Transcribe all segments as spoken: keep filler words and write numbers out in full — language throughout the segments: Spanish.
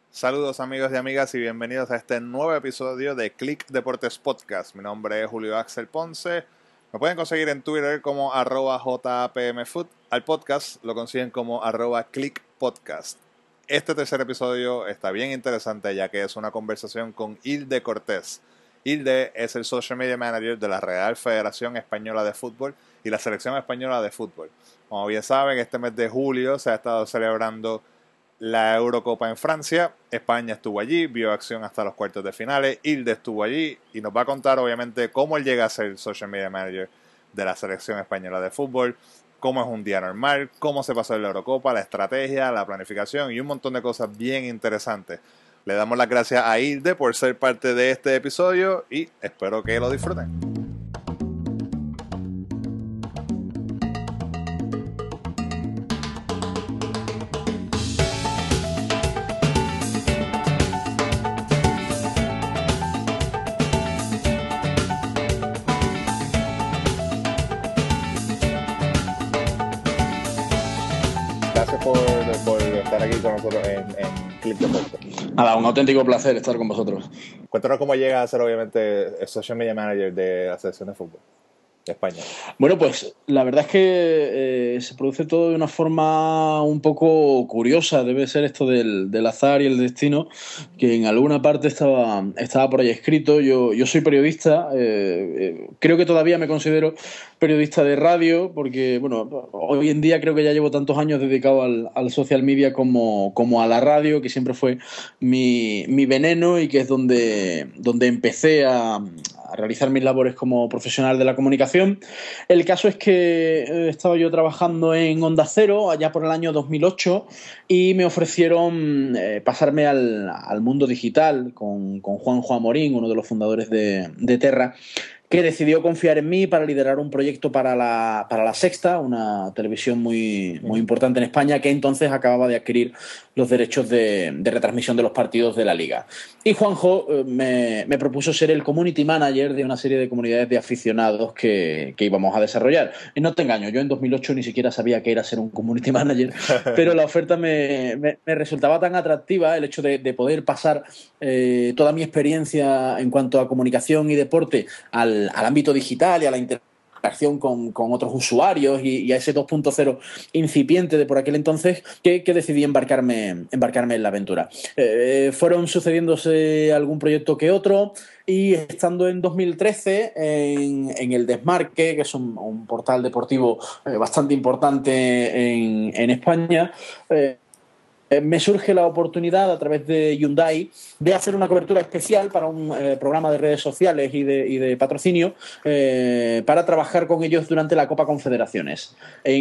Saludos amigos y amigas y bienvenidos a este nuevo episodio de Click Deportes Podcast. Mi nombre es Julio Axel Ponce. Me pueden conseguir en Twitter como arroba jpmfoot. Al podcast lo consiguen como arroba Click Podcast. Este tercer episodio está bien interesante ya que es una conversación con Hilde Cortés. Hilde es el Social Media Manager de la Real Federación Española de Fútbol y la Selección Española de Fútbol. Como bien saben, este mes de julio se ha estado celebrando la Eurocopa en Francia. España estuvo allí, vio acción hasta los cuartos de finales. Hilde estuvo allí y nos va a contar obviamente cómo él llega a ser Social Media Manager de la Selección Española de Fútbol, cómo es un día normal, cómo se pasó en la Eurocopa, la estrategia, la planificación y un montón de cosas bien interesantes. Le damos las gracias a Hilde por ser parte de este episodio y espero que lo disfruten. Gracias por, por estar aquí con nosotros en, en Click Deportes. Nada, un auténtico placer estar con vosotros. Cuéntanos cómo llega a ser obviamente el Social Media Manager de la Selección de Fútbol de España. Bueno, pues la verdad es que eh, se produce todo de una forma un poco curiosa. Debe ser esto del, del azar y el destino, que en alguna parte estaba, estaba por ahí escrito. Yo, yo soy periodista, eh, eh, creo que todavía me considero periodista de radio, porque bueno, hoy en día creo que ya llevo tantos años dedicado al, al social media como, como a la radio, que siempre fue mi, mi veneno y que es donde, donde empecé a, a realizar mis labores como profesional de la comunicación. El caso es que eh, estaba yo trabajando en Onda Cero allá por el año dos mil ocho y me ofrecieron eh, pasarme al, al mundo digital con, con Juanjo Amorín, uno de los fundadores de, de Terra, que decidió confiar en mí para liderar un proyecto para la, para la Sexta, una televisión muy, muy importante en España, que entonces acababa de adquirir los derechos de, de retransmisión de los partidos de la Liga. Y Juanjo eh, me, me propuso ser el community manager de una serie de comunidades de aficionados que, que íbamos a desarrollar. Y no te engaño, yo en dos mil ocho ni siquiera sabía qué era ser un community manager, pero la oferta me, me, me resultaba tan atractiva, el hecho de, de poder pasar eh, toda mi experiencia en cuanto a comunicación y deporte al al ámbito digital y a la interacción con, con otros usuarios y, y a ese dos punto cero incipiente de por aquel entonces que, que decidí embarcarme, embarcarme en la aventura. Eh, fueron sucediéndose algún proyecto que otro y estando en dos mil trece en, en el Desmarque, que es un, un portal deportivo eh, bastante importante en, en España, eh, me surge la oportunidad a través de Hyundai de hacer una cobertura especial para un eh, programa de redes sociales y de, y de patrocinio eh, para trabajar con ellos durante la Copa Confederaciones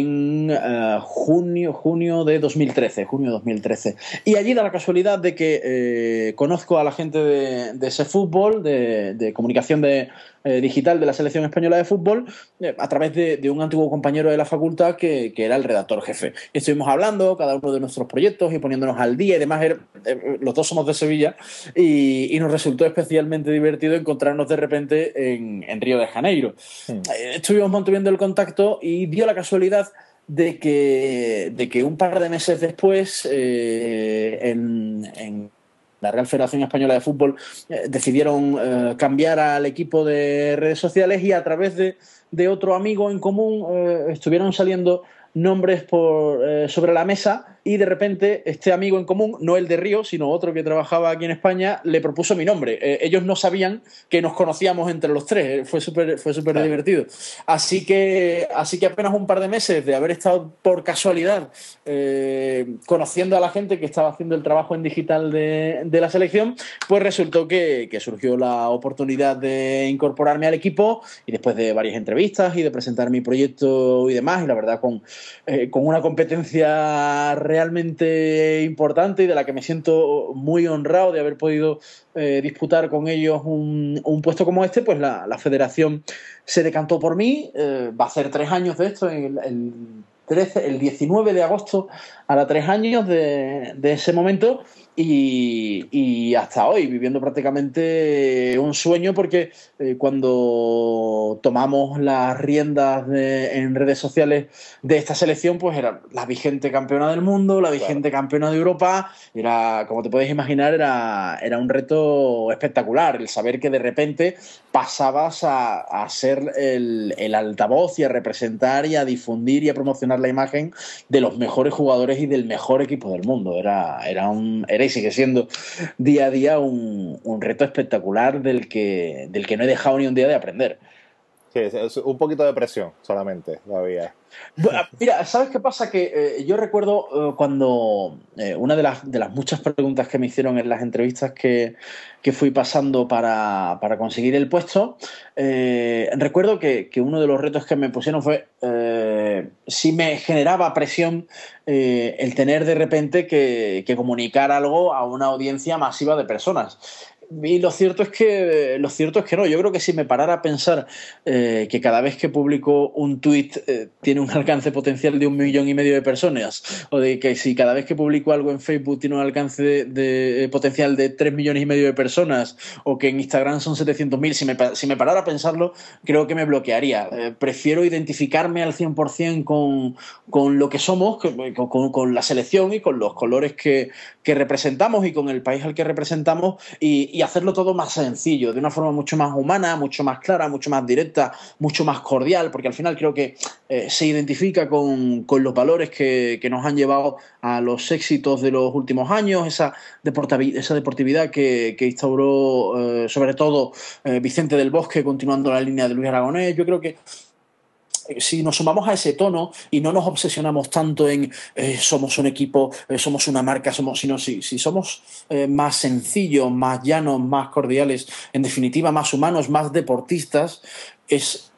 en uh, junio, junio de dos mil trece, junio de dos mil trece. Y allí da la casualidad de que eh, conozco a la gente de, de ese fútbol, de, de comunicación de Eh, digital de la Selección Española de Fútbol eh, a través de, de un antiguo compañero de la facultad que, que era el redactor jefe. Y estuvimos hablando cada uno de nuestros proyectos y poniéndonos al día y demás. Er, eh, los dos somos de Sevilla y, y nos resultó especialmente divertido encontrarnos de repente en, en Río de Janeiro. Hmm. Eh, estuvimos manteniendo el contacto y dio la casualidad de que, de que un par de meses después eh, en, en la Real Federación Española de Fútbol eh, decidieron eh, cambiar al equipo de redes sociales y a través de, de otro amigo en común eh, estuvieron saliendo nombres por, eh, sobre la mesa y de repente este amigo en común, no el de Río, sino otro que trabajaba aquí en España, le propuso mi nombre. Eh, ellos no sabían que nos conocíamos entre los tres, eh, fue súper fue súper claro. divertido. Así que, así que apenas un par de meses de haber estado por casualidad eh, conociendo a la gente que estaba haciendo el trabajo en digital de, de la selección, pues resultó que, que surgió la oportunidad de incorporarme al equipo y después de varias entrevistas y de presentar mi proyecto y demás, y la verdad con, eh, con una competencia real realmente importante y de la que me siento muy honrado de haber podido eh, disputar con ellos un, un puesto como este, pues la, la federación se decantó por mí. Eh, va a ser tres años de esto, el, el, trece, el diecinueve de agosto hará tres años de, de ese momento Y, y hasta hoy, viviendo prácticamente un sueño, porque eh, cuando tomamos las riendas de, en redes sociales de esta selección, pues era la vigente campeona del mundo, la vigente claro. campeona de Europa. Era, como te puedes imaginar, era, era un reto espectacular el saber que de repente pasabas a, a ser el, el altavoz y a representar y a difundir y a promocionar la imagen de los mejores jugadores y del mejor equipo del mundo. Era, era un era y sigue siendo día a día un, un reto espectacular del que, del que no he dejado ni un día de aprender. Sí, es un poquito de presión solamente todavía. Mira, ¿sabes qué pasa? Que eh, yo recuerdo eh, cuando eh, una de las, de las muchas preguntas que me hicieron en las entrevistas que, que fui pasando para, para conseguir el puesto, eh, recuerdo que, que uno de los retos que me pusieron fue eh, si me generaba presión eh, el tener de repente que, que comunicar algo a una audiencia masiva de personas. Y lo cierto es que lo cierto es que no. Yo creo que si me parara a pensar eh, que cada vez que publico un tuit eh, tiene un alcance potencial de un millón y medio de personas, o de que si cada vez que publico algo en Facebook tiene un alcance de, de potencial de tres millones y medio de personas, o que en Instagram son setecientos mil, si me, si me parara a pensarlo, creo que me bloquearía. Eh, prefiero identificarme al cien por ciento con, con lo que somos, con, con, con la selección y con los colores que, que representamos y con el país al que representamos, y y hacerlo todo más sencillo, de una forma mucho más humana, mucho más clara, mucho más directa, mucho más cordial, porque al final creo que eh, se identifica con, con los valores que, que nos han llevado a los éxitos de los últimos años, esa deportividad, esa deportividad que, que instauró eh, sobre todo eh, Vicente del Bosque, continuando la línea de Luis Aragonés. Yo creo que si nos sumamos a ese tono y no nos obsesionamos tanto en eh, somos un equipo, eh, somos una marca, somos, sino si, si somos eh, más sencillos, más llanos, más cordiales, en definitiva más humanos, más deportistas, es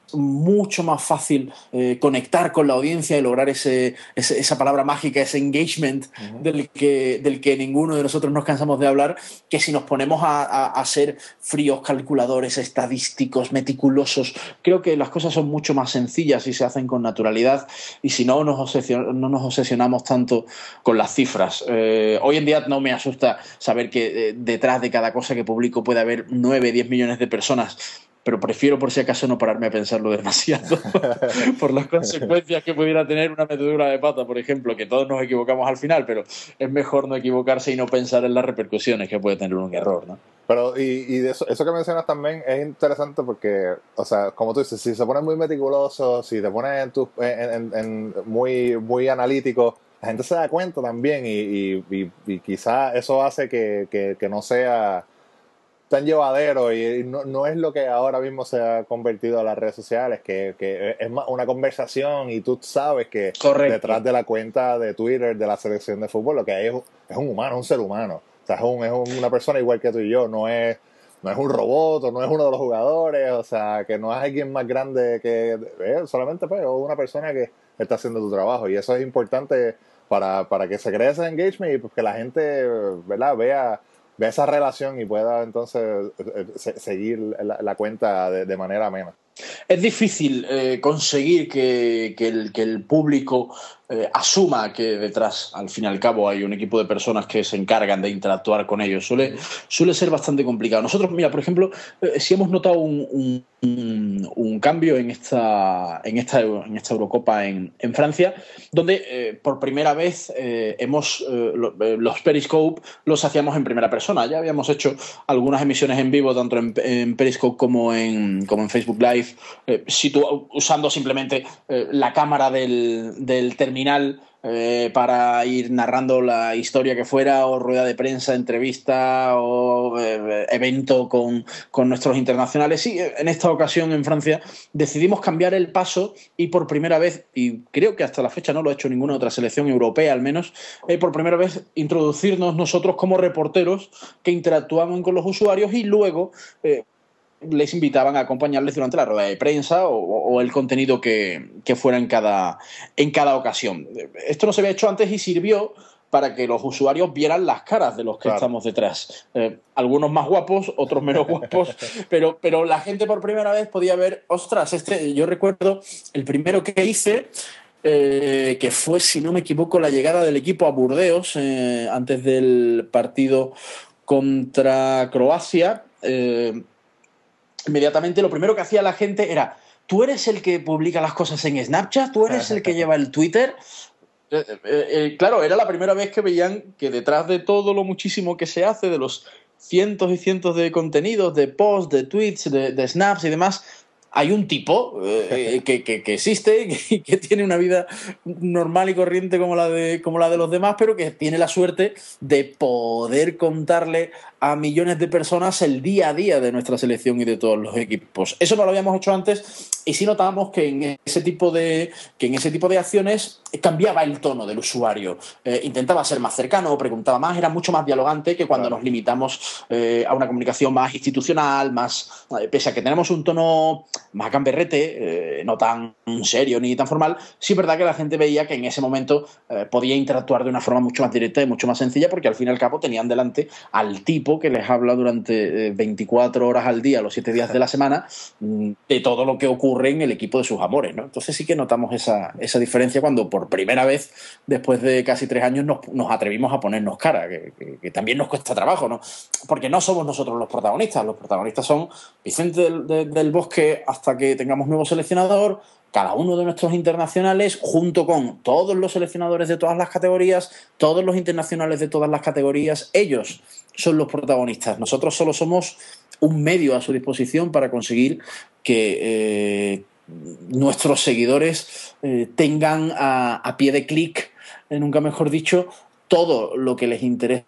mucho más fácil eh, conectar con la audiencia y lograr ese, ese, esa palabra mágica, ese engagement uh-huh. del, que, del que ninguno de nosotros nos cansamos de hablar, que si nos ponemos a, a, a ser fríos, calculadores, estadísticos, meticulosos. Creo que las cosas son mucho más sencillas y se hacen con naturalidad, y si no nos, obsesion, no nos obsesionamos tanto con las cifras. Eh, hoy en día no me asusta saber que eh, detrás de cada cosa que publico puede haber nueve, diez millones de personas, pero prefiero por si acaso no pararme a pensarlo demasiado por las consecuencias que pudiera tener una metedura de pata, por ejemplo, que todos nos equivocamos al final, pero es mejor no equivocarse y no pensar en las repercusiones que puede tener un error, ¿no? Pero, y, y de eso, eso que mencionas también es interesante porque, o sea, como tú dices, si se ponen muy meticulosos, si te pones en tu, en, en, en muy, muy analítico, la gente se da cuenta también, y, y, y, y quizá eso hace que, que, que no sea tan llevadero, y no, no es lo que ahora mismo se ha convertido a las redes sociales, que, que es más una conversación y tú sabes que Correcto. Detrás de la cuenta de Twitter de la selección de fútbol lo que hay es, es un humano, un ser humano. O sea, es, un, es una persona igual que tú y yo, no es, no es un robot o no es uno de los jugadores, o sea, que no es alguien más grande que eh, solamente pues, una persona que está haciendo tu trabajo, y eso es importante para, para que se cree ese engagement y pues, que la gente, ¿verdad?, vea ve esa relación y pueda entonces seguir la, la cuenta de, de manera amena. Es difícil eh, conseguir que, que, el, que el público eh, asuma que detrás, al fin y al cabo, hay un equipo de personas que se encargan de interactuar con ellos. Suele, suele ser bastante complicado. Nosotros, mira, por ejemplo, eh, si hemos notado un, un, un, un cambio en esta, en esta, en esta Eurocopa en, en Francia, donde eh, por primera vez eh, hemos eh, los Periscope los hacíamos en primera persona. Ya habíamos hecho algunas emisiones en vivo, tanto en, en Periscope como en, como en Facebook Live, eh, situ- usando simplemente eh, la cámara del, del terminal eh, para ir narrando la historia que fuera, o rueda de prensa, entrevista o eh, evento con, con nuestros internacionales. Y en esta ocasión en Francia decidimos cambiar el paso y por primera vez, y creo que hasta la fecha no lo ha hecho ninguna otra selección europea al menos, eh, por primera vez introducirnos nosotros como reporteros que interactuaban con los usuarios y luego eh, les invitaban a acompañarles durante la rueda de prensa o, o el contenido que, que fuera en cada, en cada ocasión. Esto no se había hecho antes y sirvió para que los usuarios vieran las caras de los que claro. estamos detrás. Eh, algunos más guapos, otros menos guapos, pero, pero la gente por primera vez podía ver, ostras, este, yo recuerdo el primero que hice, eh, que fue, si no me equivoco, la llegada del equipo a Burdeos eh, antes del partido contra Croacia. Eh, inmediatamente lo primero que hacía la gente era: ¿tú eres el que publica las cosas en Snapchat? ¿Tú eres el que lleva el Twitter? Eh, eh, eh, claro, era la primera vez que veían que detrás de todo lo muchísimo que se hace, de los cientos y cientos de contenidos, de posts, de tweets, de, de snaps y demás, hay un tipo eh, que, que, que existe, que, que tiene una vida normal y corriente como la, de, como la de los demás, pero que tiene la suerte de poder contarle a millones de personas el día a día de nuestra selección y de todos los equipos. Eso no lo habíamos hecho antes, y sí notábamos que en ese tipo de, que en ese tipo de acciones cambiaba el tono del usuario. Eh, intentaba ser más cercano, preguntaba más, era mucho más dialogante que cuando claro. nos limitamos eh, a una comunicación más institucional, más eh, pese a que tenemos un tono más gamberrete, eh, no tan serio ni tan formal, sí es verdad que la gente veía que en ese momento eh, podía interactuar de una forma mucho más directa y mucho más sencilla, porque al fin y al cabo tenían delante al tipo que les habla durante eh, veinticuatro horas al día, los siete días de la semana, de todo lo que ocurre en el equipo de sus amores, ¿no? Entonces sí que notamos esa, esa diferencia cuando por primera vez, después de casi tres años, nos, nos atrevimos a ponernos cara, que, que, que también nos cuesta trabajo, ¿no? Porque no somos nosotros los protagonistas, los protagonistas son Vicente del, de, del Bosque hasta que tengamos nuevo seleccionador, cada uno de nuestros internacionales, junto con todos los seleccionadores de todas las categorías, todos los internacionales de todas las categorías, ellos son los protagonistas. Nosotros solo somos un medio a su disposición para conseguir que eh, nuestros seguidores eh, tengan a, a pie de clic, eh, nunca mejor dicho, todo lo que les interesa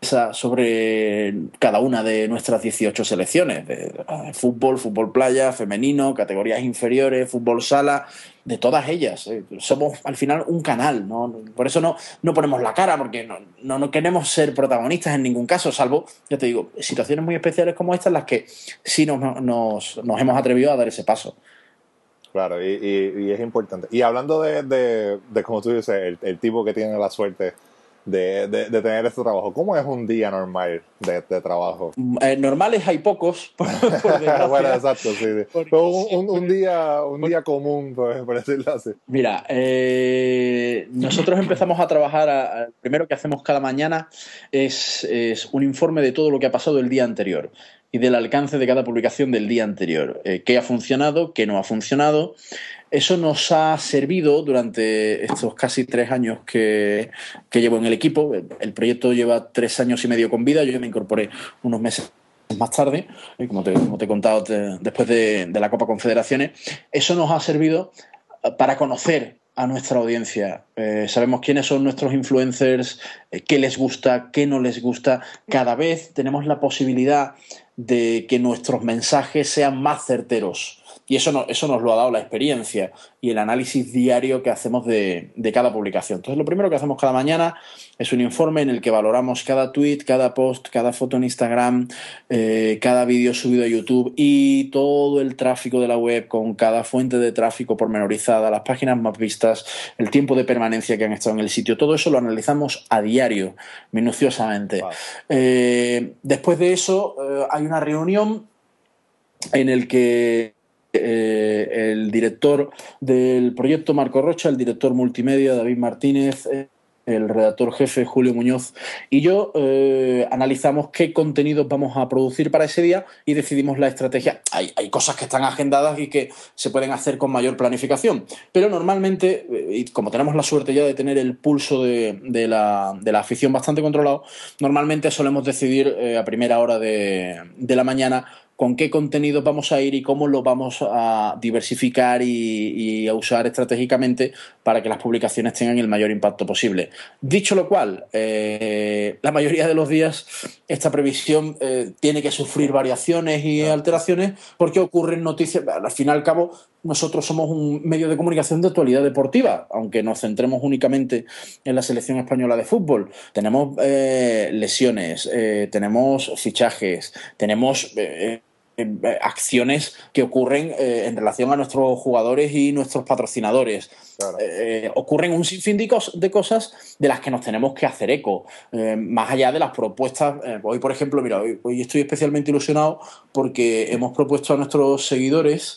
sobre cada una de nuestras dieciocho selecciones, de, de fútbol, fútbol playa, femenino, categorías inferiores, fútbol sala, de todas ellas. Somos al final un canal, ¿no? Por eso no, no ponemos la cara, porque no, no, no queremos ser protagonistas en ningún caso, salvo, ya te digo, situaciones muy especiales como estas, en las que sí nos, nos, nos hemos atrevido a dar ese paso. Claro, y, y, y es importante. Y hablando de, de, de como tú dices, el, el tipo que tiene la suerte De, de, de tener este trabajo. ¿Cómo es un día normal de, de trabajo? Eh, normales hay pocos, por, por bueno, exacto, sí. sí. Pero un, un, un día, un día común, por, por decirlo así. Mira, eh, nosotros empezamos a trabajar, a, a, primero que hacemos cada mañana es, es un informe de todo lo que ha pasado el día anterior y del alcance de cada publicación del día anterior. Eh, ¿Qué ha funcionado? ¿Qué no ha funcionado? Eso nos ha servido durante estos casi tres años que, que llevo en el equipo. El proyecto lleva tres años y medio con vida. Yo me incorporé unos meses más tarde, como te, como te he contado, te, después de, de la Copa Confederaciones. Eso nos ha servido para conocer a nuestra audiencia. Eh, sabemos quiénes son nuestros influencers, eh, qué les gusta, qué no les gusta. Cada vez tenemos la posibilidad de que nuestros mensajes sean más certeros. Y eso, no, eso nos lo ha dado la experiencia y el análisis diario que hacemos de, de cada publicación. Entonces, lo primero que hacemos cada mañana es un informe en el que valoramos cada tweet, cada post, cada foto en Instagram, eh, cada vídeo subido a YouTube y todo el tráfico de la web con cada fuente de tráfico pormenorizada, las páginas más vistas, el tiempo de permanencia que han estado en el sitio. Todo eso lo analizamos a diario, minuciosamente. Wow. Eh, después de eso, eh, hay una reunión en el que Eh, el director del proyecto, Marco Rocha, el director multimedia, David Martínez, eh, el redactor jefe, Julio Muñoz, y yo eh, analizamos qué contenidos vamos a producir para ese día y decidimos la estrategia. Hay, hay cosas que están agendadas y que se pueden hacer con mayor planificación, pero normalmente, y como tenemos la suerte ya de tener el pulso de, de, la, de la afición bastante controlado, normalmente solemos decidir eh, a primera hora de, de la mañana con qué contenidos vamos a ir y cómo lo vamos a diversificar y, y a usar estratégicamente para que las publicaciones tengan el mayor impacto posible. Dicho lo cual, eh, la mayoría de los días esta previsión eh, tiene que sufrir variaciones y alteraciones porque ocurren noticias. Al fin y al cabo, nosotros somos un medio de comunicación de actualidad deportiva, aunque nos centremos únicamente en la selección española de fútbol. Tenemos eh, lesiones, eh, tenemos fichajes, tenemos Eh, acciones que ocurren eh, en relación a nuestros jugadores y nuestros patrocinadores. Claro. Eh, ocurren un sinfín de, cos de cosas de las que nos tenemos que hacer eco, eh, más allá de las propuestas. Eh, hoy, por ejemplo, mira, hoy, hoy estoy especialmente ilusionado porque hemos propuesto a nuestros seguidores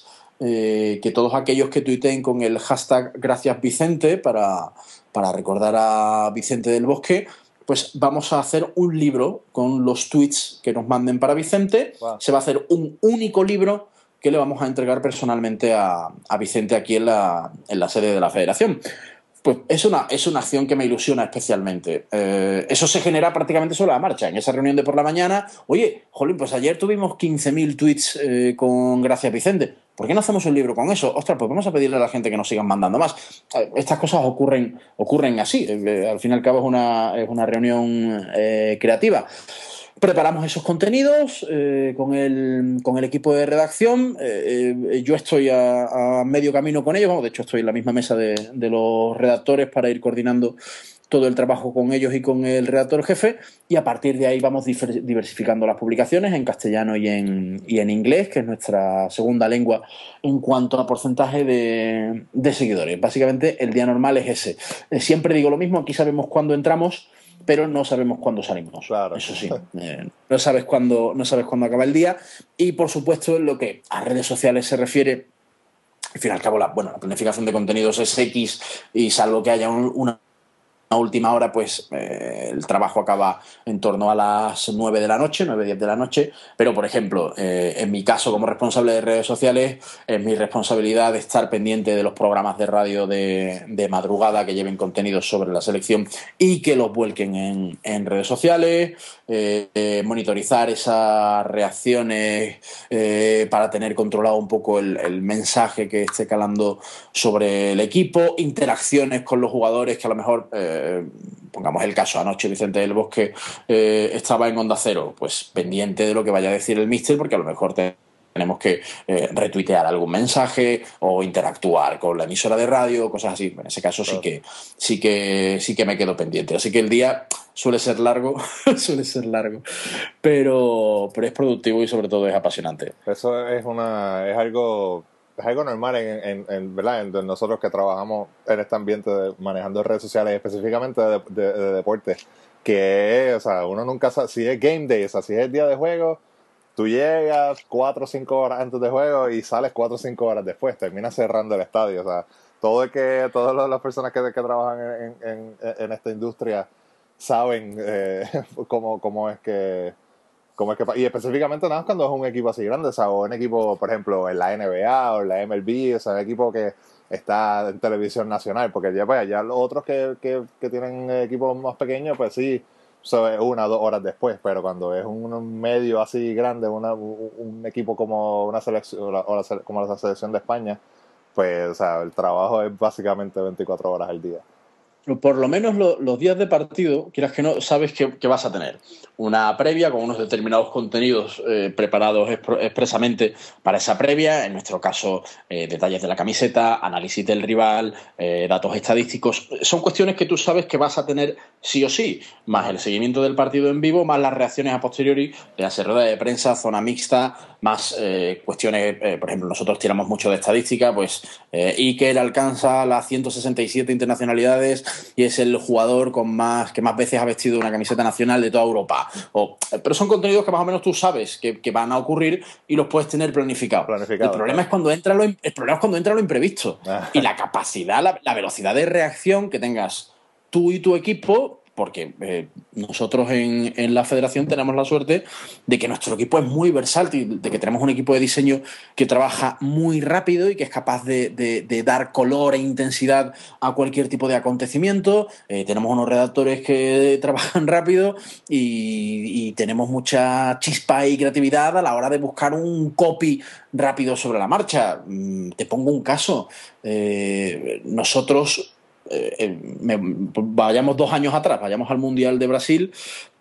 eh, que todos aquellos que tuiteen con el hashtag Gracias Vicente para, para recordar a Vicente del Bosque, pues vamos a hacer un libro con los tweets que nos manden para Vicente. Wow. Se va a hacer un único libro que le vamos a entregar personalmente a, a Vicente aquí en la, en la sede de la Federación. Pues es una, es una acción que me ilusiona especialmente. Eh, eso se genera prácticamente sobre la marcha. En esa reunión de por la mañana, oye, jolín, pues ayer tuvimos quince mil tweets eh, con Gracias Vicente. ¿Por qué no hacemos un libro con eso? Ostras, pues vamos a pedirle a la gente que nos sigan mandando más. Eh, estas cosas ocurren, ocurren así. Eh, al fin y al cabo es una, es una reunión eh, creativa. Preparamos esos contenidos eh, con, el, con el equipo de redacción. Eh, eh, yo estoy a, a medio camino con ellos. Bueno, de hecho, estoy en la misma mesa de, de los redactores para ir coordinando todo el trabajo con ellos y con el redactor jefe. Y a partir de ahí vamos diversificando las publicaciones en castellano y en, y en inglés, que es nuestra segunda lengua en cuanto a porcentaje de, de seguidores. Básicamente, el día normal es ese. Eh, siempre digo lo mismo, aquí sabemos cuándo entramos, pero no sabemos cuándo salimos. Claro. Eso sí, eh, no sabes cuándo, no sabes cuándo acaba el día. Y por supuesto, en lo que a redes sociales se refiere, al fin y al cabo, la, bueno, la planificación de contenidos es X, y salvo que haya un, una a última hora, pues eh, el trabajo acaba en torno a las nueve de la noche, nueve, diez de la noche, pero por ejemplo, eh, en mi caso como responsable de redes sociales, es mi responsabilidad estar pendiente de los programas de radio de, de madrugada que lleven contenidos sobre la selección y que los vuelquen en, en redes sociales, eh, eh, monitorizar esas reacciones eh, para tener controlado un poco el, el mensaje que esté calando sobre el equipo, interacciones con los jugadores que a lo mejor... Eh, pongamos el caso, anoche Vicente del Bosque eh, estaba en Onda Cero, pues pendiente de lo que vaya a decir el míster, porque a lo mejor te, tenemos que eh, retuitear algún mensaje o interactuar con la emisora de radio, cosas así. En ese caso sí que sí que sí que me quedo pendiente. Así que el día suele ser largo, suele ser largo, pero, pero es productivo y sobre todo es apasionante. Eso es una es algo es algo normal en, en, en, ¿verdad? En nosotros que trabajamos en este ambiente de, manejando redes sociales, específicamente de, de, de deporte, que es, o sea, uno nunca sabe, si es game day, o sea, si es el día de juego, tú llegas cuatro o cinco horas antes de juego y sales cuatro o cinco horas después, terminas cerrando el estadio, o sea, todo el que, todas las personas que, que trabajan en, en, en esta industria saben eh, cómo, cómo es que Como es que, y específicamente nada más cuando es un equipo así grande, o sea, o un equipo, por ejemplo, en la N B A o en la M L B, o sea, un equipo que está en televisión nacional, porque ya, pues, ya los otros que, que, que tienen equipos más pequeños, pues sí, so, una o dos horas después, pero cuando es un medio así grande, una, un equipo como una selección, o la, como la selección de España, pues, o sea, el trabajo es básicamente veinticuatro horas al día. Por lo menos lo, los días de partido, quieras que no, sabes que, que vas a tener una previa con unos determinados contenidos eh, preparados expr- expresamente para esa previa, en nuestro caso eh, detalles de la camiseta, análisis del rival, eh, datos estadísticos, son cuestiones que tú sabes que vas a tener sí o sí, más el seguimiento del partido en vivo, más las reacciones a posteriori, de hacer rueda de prensa, zona mixta, más eh, cuestiones, eh, por ejemplo, nosotros tiramos mucho de estadística, pues eh, Iker alcanza las ciento sesenta y siete internacionalidades y es el jugador con más que más veces ha vestido una camiseta nacional de toda Europa. O, pero son contenidos que más o menos tú sabes que, que van a ocurrir y los puedes tener planificados. Planificado, el problema claro. es cuando entra lo, el problema es cuando entra lo imprevisto y la capacidad, la, la velocidad de reacción que tengas tú y tu equipo. Porque eh, nosotros en, en la federación tenemos la suerte de que nuestro equipo es muy versátil, de que tenemos un equipo de diseño que trabaja muy rápido y que es capaz de, de, de dar color e intensidad a cualquier tipo de acontecimiento. Eh, tenemos unos redactores que trabajan rápido y, y tenemos mucha chispa y creatividad a la hora de buscar un copy rápido sobre la marcha. Mm, te pongo un caso. Eh, nosotros... Eh, me, vayamos dos años atrás, vayamos al Mundial de Brasil,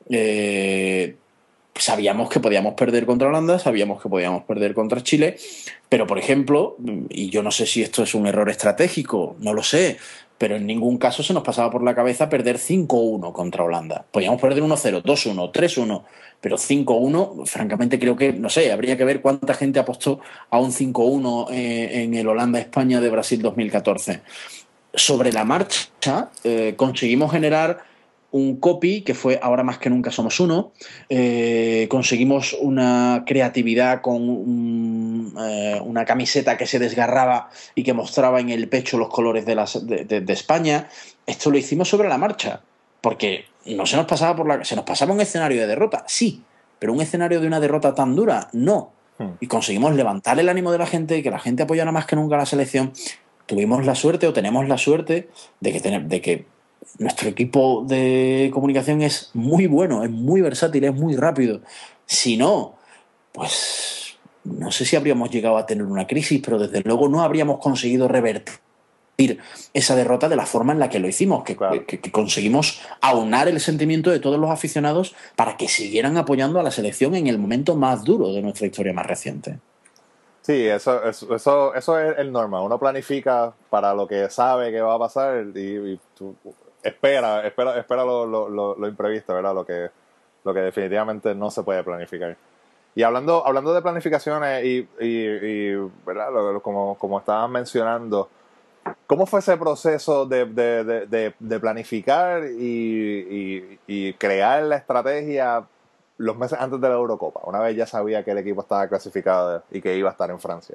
eh, sabíamos que podíamos perder contra Holanda, sabíamos que podíamos perder contra Chile, pero por ejemplo, y yo no sé si esto es un error estratégico, no lo sé, pero en ningún caso se nos pasaba por la cabeza perder cinco uno contra Holanda. Podíamos perder uno cero, dos uno, tres uno, pero cinco uno, francamente creo que, no sé, habría que ver cuánta gente apostó a un cinco uno eh, en el Holanda-España de Brasil dos mil catorce. Sobre la marcha eh, conseguimos generar un copy que fue ahora más que nunca somos uno, eh, conseguimos una creatividad con un, eh, una camiseta que se desgarraba y que mostraba en el pecho los colores de, las, de, de, de España. Esto lo hicimos sobre la marcha, porque no se nos pasaba por la... Se nos pasaba un escenario de derrota, sí, pero un escenario de una derrota tan dura, no. Y conseguimos levantar el ánimo de la gente y que la gente apoyara más que nunca a la selección. Tuvimos la suerte o tenemos la suerte de que, tener, de que nuestro equipo de comunicación es muy bueno, es muy versátil, es muy rápido. Si no, pues no sé si habríamos llegado a tener una crisis, pero desde luego no habríamos conseguido revertir esa derrota de la forma en la que lo hicimos, que, claro. que, que conseguimos aunar el sentimiento de todos los aficionados para que siguieran apoyando a la selección en el momento más duro de nuestra historia más reciente. Sí, eso, eso, eso, eso es el normal. Uno planifica para lo que sabe que va a pasar y, y tú espera, espera, espera lo, lo, lo, lo imprevisto, ¿verdad? Lo que, lo que definitivamente no se puede planificar. Y hablando, hablando de planificaciones y, y, y ¿verdad? Lo, lo, como, como estabas mencionando, ¿cómo fue ese proceso de, de, de, de, de planificar y, y, y crear la estrategia los meses antes de la Eurocopa, una vez ya sabía que el equipo estaba clasificado y que iba a estar en Francia?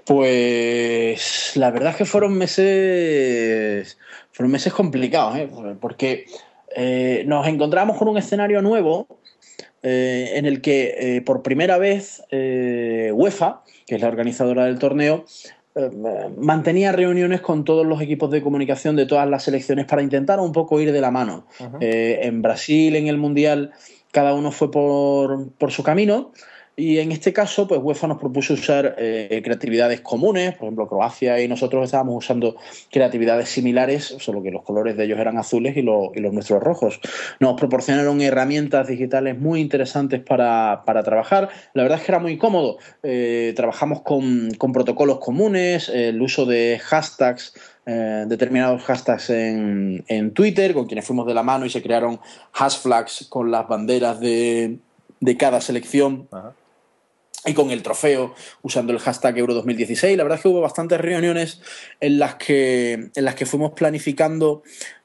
Pues la verdad es que fueron meses fueron meses complicados, ¿eh? Porque eh, nos encontramos con un escenario nuevo eh, en el que eh, por primera vez eh, UEFA, que es la organizadora del torneo, eh, mantenía reuniones con todos los equipos de comunicación de todas las selecciones para intentar un poco ir de la mano. Uh-huh. Eh, en Brasil, en el Mundial, cada uno fue por, por su camino, y en este caso pues UEFA nos propuso usar eh, creatividades comunes. Por ejemplo, Croacia y nosotros estábamos usando creatividades similares, solo que los colores de ellos eran azules y, lo, y los nuestros rojos. Nos proporcionaron herramientas digitales muy interesantes para, para trabajar. La verdad es que era muy cómodo. Eh, trabajamos con, con protocolos comunes, el uso de hashtags, Eh, determinados hashtags en, en Twitter, con quienes fuimos de la mano y se crearon hashflags con las banderas de, de cada selección. Ajá. Y con el trofeo usando el hashtag Euro dos mil dieciséis. La verdad es que hubo bastantes reuniones en las que, en las que fuimos planificando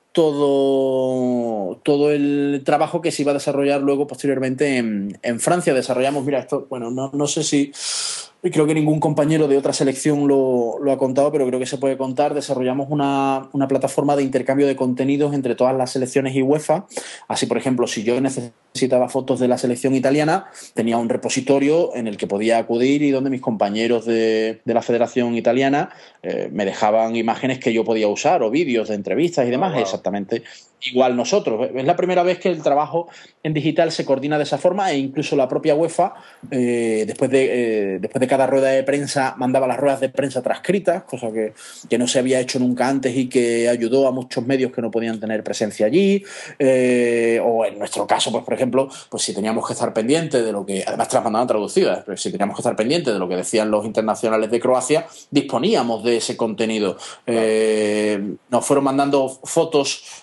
todo, todo el trabajo que se iba a desarrollar luego posteriormente en, en Francia. Desarrollamos, mira, esto, bueno, no, no sé si... Creo que ningún compañero de otra selección lo, lo ha contado, pero creo que se puede contar. Desarrollamos una, una plataforma de intercambio de contenidos entre todas las selecciones y UEFA. Así, por ejemplo, si yo necesitaba fotos de la selección italiana, tenía un repositorio en el que podía acudir y donde mis compañeros de, de la Federación Italiana eh, me dejaban imágenes que yo podía usar o vídeos de entrevistas y demás. Oh, wow. Exactamente igual nosotros. Es la primera vez que el trabajo en digital se coordina de esa forma, e incluso la propia UEFA, eh, después, de, eh, después de cada rueda de prensa, mandaba las ruedas de prensa transcritas, cosa que, que no se había hecho nunca antes y que ayudó a muchos medios que no podían tener presencia allí. Eh, o en nuestro caso, pues por ejemplo, pues si teníamos que estar pendientes de lo que, además te las mandaban traducidas, pero si teníamos que estar pendientes de lo que decían los internacionales de Croacia, disponíamos de ese contenido. Eh, nos fueron mandando fotos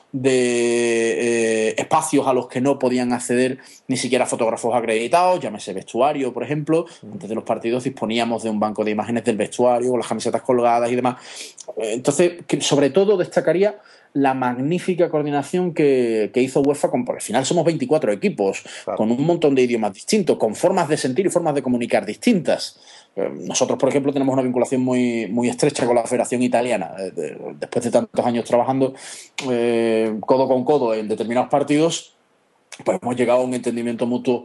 de eh, espacios a los que no podían acceder ni siquiera fotógrafos acreditados, llámese vestuario, por ejemplo. Antes de los partidos disponíamos de un banco de imágenes del vestuario, con las camisetas colgadas y demás. Entonces, sobre todo destacaría la magnífica coordinación que, que hizo UEFA, con, porque al final somos veinticuatro equipos, claro, con un montón de idiomas distintos, con formas de sentir y formas de comunicar distintas. Nosotros, por ejemplo, tenemos una vinculación muy, muy estrecha con la Federación Italiana. Después de tantos años trabajando eh, codo con codo en determinados partidos, pues hemos llegado a un entendimiento mutuo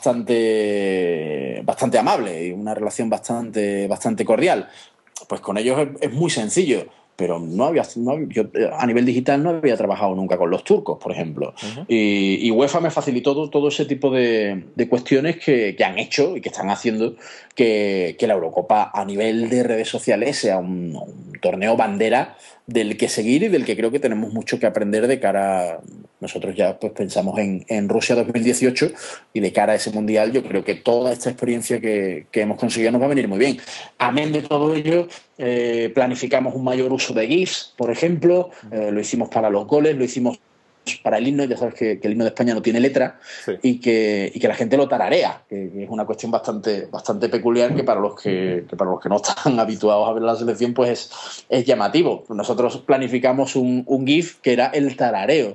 bastante, bastante amable y una relación bastante, bastante cordial. Pues con ellos es, es muy sencillo. Pero no había, no había, yo a nivel digital no había trabajado nunca con los turcos, por ejemplo. Uh-huh. Y, y UEFA me facilitó todo, todo ese tipo de, de cuestiones que, que han hecho y que están haciendo que, que la Eurocopa a nivel de redes sociales sea un, un torneo bandera del que seguir y del que creo que tenemos mucho que aprender de cara. Nosotros ya pues pensamos en, en Rusia dos mil dieciocho y de cara a ese mundial yo creo que toda esta experiencia que, que hemos conseguido nos va a venir muy bien. Amén de todo ello, eh, planificamos un mayor uso de GIFs, por ejemplo, eh, lo hicimos para los goles, lo hicimos para el himno. Ya sabes que, que el himno de España no tiene letra, sí, y, que, y que la gente lo tararea, que, que es una cuestión bastante, bastante peculiar, que para los que, que para los que no están habituados a ver la selección pues es, es llamativo. Nosotros planificamos un, un GIF que era el tarareo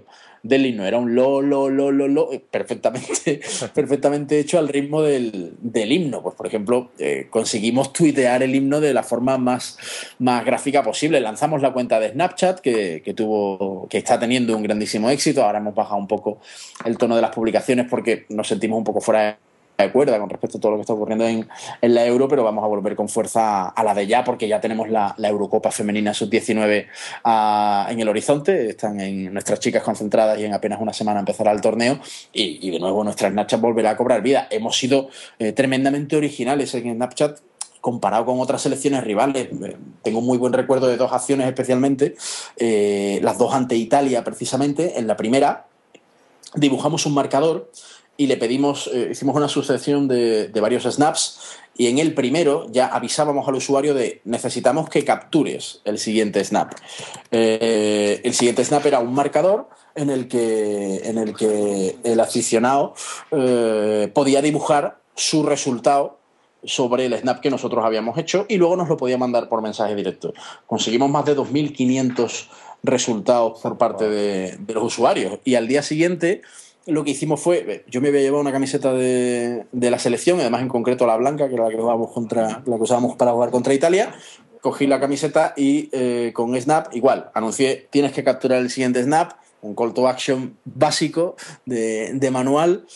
del himno. Era un lo, lo, lo, lo, lo, perfectamente, perfectamente hecho al ritmo del, del himno. Pues, por ejemplo, eh, conseguimos tuitear el himno de la forma más, más gráfica posible. Lanzamos la cuenta de Snapchat, que, que, tuvo, que está teniendo un grandísimo éxito. Ahora hemos bajado un poco el tono de las publicaciones porque nos sentimos un poco fuera de de cuerda con respecto a todo lo que está ocurriendo en, en la Euro, pero vamos a volver con fuerza a la de ya, porque ya tenemos la, la Eurocopa femenina sub diecinueve uh, en el horizonte. Están en nuestras chicas concentradas y en apenas una semana empezará el torneo y, y de nuevo nuestra Snapchat volverá a cobrar vida. Hemos sido eh, tremendamente originales en Snapchat comparado con otras selecciones rivales. Tengo un muy buen recuerdo de dos acciones especialmente, eh, las dos ante Italia precisamente. En la primera dibujamos un marcador y le pedimos, eh, hicimos una sucesión de, de varios snaps y en el primero ya avisábamos al usuario de necesitamos que captures el siguiente snap. Eh, el siguiente snap era un marcador en el que, en el, que el aficionado eh, podía dibujar su resultado sobre el snap que nosotros habíamos hecho y luego nos lo podía mandar por mensaje directo. Conseguimos más de dos mil quinientos resultados por parte de, de los usuarios y al día siguiente lo que hicimos fue, yo me había llevado una camiseta de, de la selección, además en concreto la blanca, que era la que usábamos, contra, la que usábamos para jugar contra Italia. Cogí la camiseta y eh, con Snap, igual, anuncié, tienes que capturar el siguiente Snap, un call to action básico de, de manual.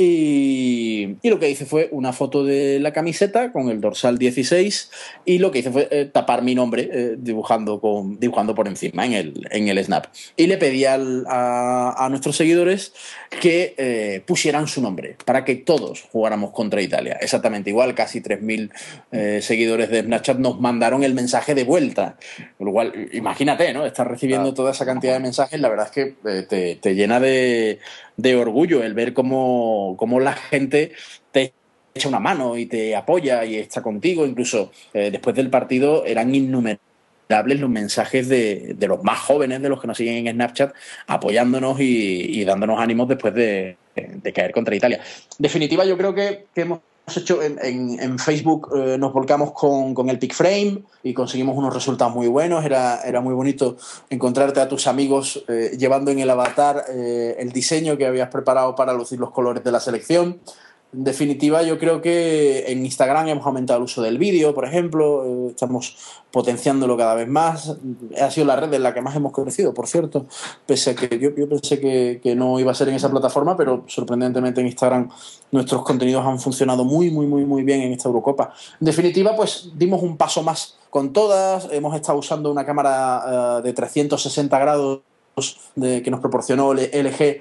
Y, y lo que hice fue una foto de la camiseta con el dorsal dieciséis y lo que hice fue eh, tapar mi nombre eh, dibujando, con, dibujando por encima en el, en el snap. Y le pedí al, a, a nuestros seguidores que eh, pusieran su nombre para que todos jugáramos contra Italia. Exactamente igual, casi tres mil eh, seguidores de Snapchat nos mandaron el mensaje de vuelta. Con lo cual, imagínate, ¿no? Estar recibiendo ah. toda esa cantidad de mensajes, la verdad es que eh, te, te llena de... de orgullo el ver cómo, cómo la gente te echa una mano y te apoya y está contigo. Incluso eh, después del partido eran innumerables los mensajes de, de los más jóvenes, de los que nos siguen en Snapchat, apoyándonos y, y dándonos ánimos después de, de caer contra Italia. En definitiva, yo creo que, que hemos hecho en, en, en Facebook, eh, nos volcamos con, con el Pick Frame y conseguimos unos resultados muy buenos. Era, era muy bonito encontrarte a tus amigos eh, llevando en el avatar eh, el diseño que habías preparado para lucir los colores de la selección. En definitiva, yo creo que en Instagram hemos aumentado el uso del vídeo, por ejemplo, eh, estamos potenciándolo cada vez más. Ha sido la red en la que más hemos crecido, por cierto, pese a que yo, yo pensé que, que no iba a ser en esa plataforma, pero sorprendentemente en Instagram nuestros contenidos han funcionado muy, muy, muy, muy bien en esta Eurocopa. En definitiva, pues dimos un paso más con todas. Hemos estado usando una cámara uh, de trescientos sesenta grados de, que nos proporcionó L G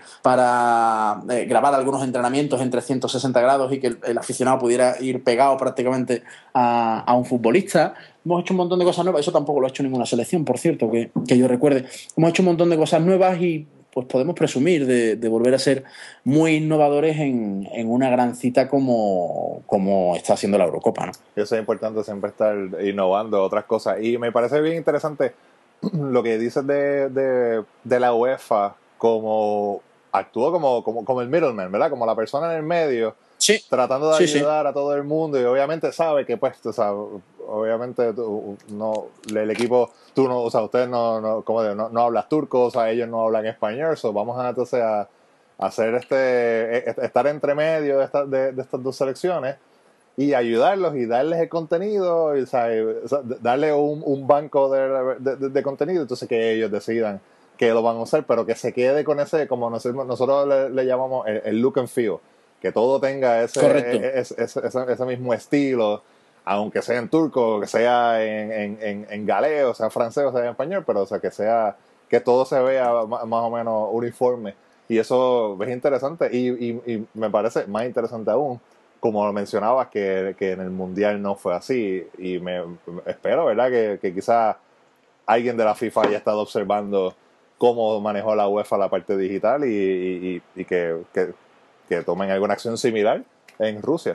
para eh, grabar algunos entrenamientos en trescientos sesenta grados y que el, el aficionado pudiera ir pegado prácticamente a, a un futbolista. Hemos hecho un montón de cosas nuevas. Eso tampoco lo ha hecho ninguna selección, por cierto, que, que yo recuerde. Hemos hecho un montón de cosas nuevas y pues podemos presumir de, de volver a ser muy innovadores en, en una gran cita como, como está haciendo la Eurocopa, ¿no? Eso es importante, siempre estar innovando otras cosas. Y me parece bien interesante lo que dices de, de, de la UEFA, como actuó como, como, como el middleman, ¿verdad? Como la persona en el medio, sí, tratando de sí, ayudar sí. a todo el mundo, y obviamente sabe que pues, o sea, obviamente tú, no, el equipo, tú no, o sea, ustedes no, no, como de, no, no hablas turco, o sea, ellos no hablan español, so vamos a entonces a, a hacer este, estar entre medio de, esta, de, de estas dos selecciones y ayudarlos y darles el contenido, y, o sea, darle un, un banco de, de, de contenido, entonces que ellos decidan que lo van a usar, pero que se quede con ese, como nosotros, nosotros le, le llamamos el, el look and feel, que todo tenga ese, ese, ese, ese, ese mismo estilo, aunque sea en turco, que sea en, en, en, en galego, sea en francés, o sea en español, pero o sea, que sea, que todo se vea más, más o menos uniforme, y eso es interesante, y, y, y me parece más interesante aún, como lo mencionabas, que, que en el Mundial no fue así, y me espero, ¿verdad?, que, que quizá alguien de la FIFA haya estado observando cómo manejó la UEFA la parte digital y, y, y que, que, que tomen alguna acción similar en Rusia.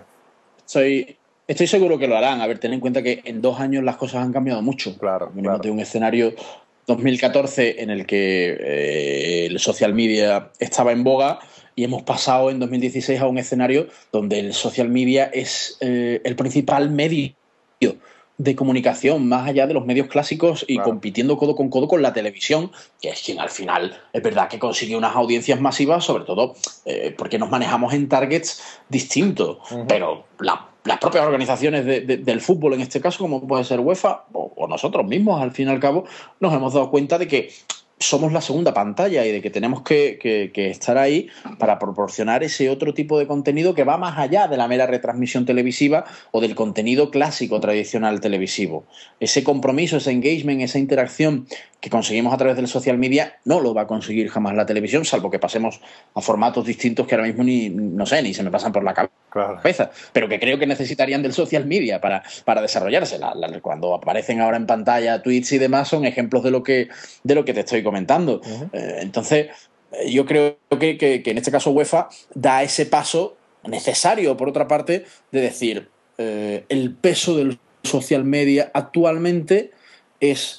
Soy, estoy seguro que lo harán. A ver, ten en cuenta que en dos años las cosas han cambiado mucho. Claro, Venimos claro. de un escenario dos mil catorce en el que eh, el social media estaba en boga, y hemos pasado en dos mil dieciséis a un escenario donde el social media es eh, el principal medio de comunicación más allá de los medios clásicos y claro. compitiendo codo con codo con la televisión, que es quien al final es verdad que consigue unas audiencias masivas, sobre todo eh, porque nos manejamos en targets distintos, uh-huh. pero la, las propias organizaciones de, de, del fútbol en este caso, como puede ser UEFA o, o nosotros mismos, al fin y al cabo, nos hemos dado cuenta de que somos la segunda pantalla y de que tenemos que, que, que estar ahí para proporcionar ese otro tipo de contenido que va más allá de la mera retransmisión televisiva o del contenido clásico tradicional televisivo. Ese compromiso, ese engagement, esa interacción que conseguimos a través del social media no lo va a conseguir jamás la televisión, salvo que pasemos a formatos distintos que ahora mismo ni, no sé, ni se me pasan por la cabeza. Claro. Pero que creo que necesitarían del social media para, para desarrollarse. La, la, cuando aparecen ahora en pantalla tweets y demás son ejemplos de lo que, de lo que te estoy comentando. Uh-huh. Eh, entonces, yo creo que, que, que en este caso UEFA da ese paso necesario, por otra parte, de decir eh, el peso del social media actualmente es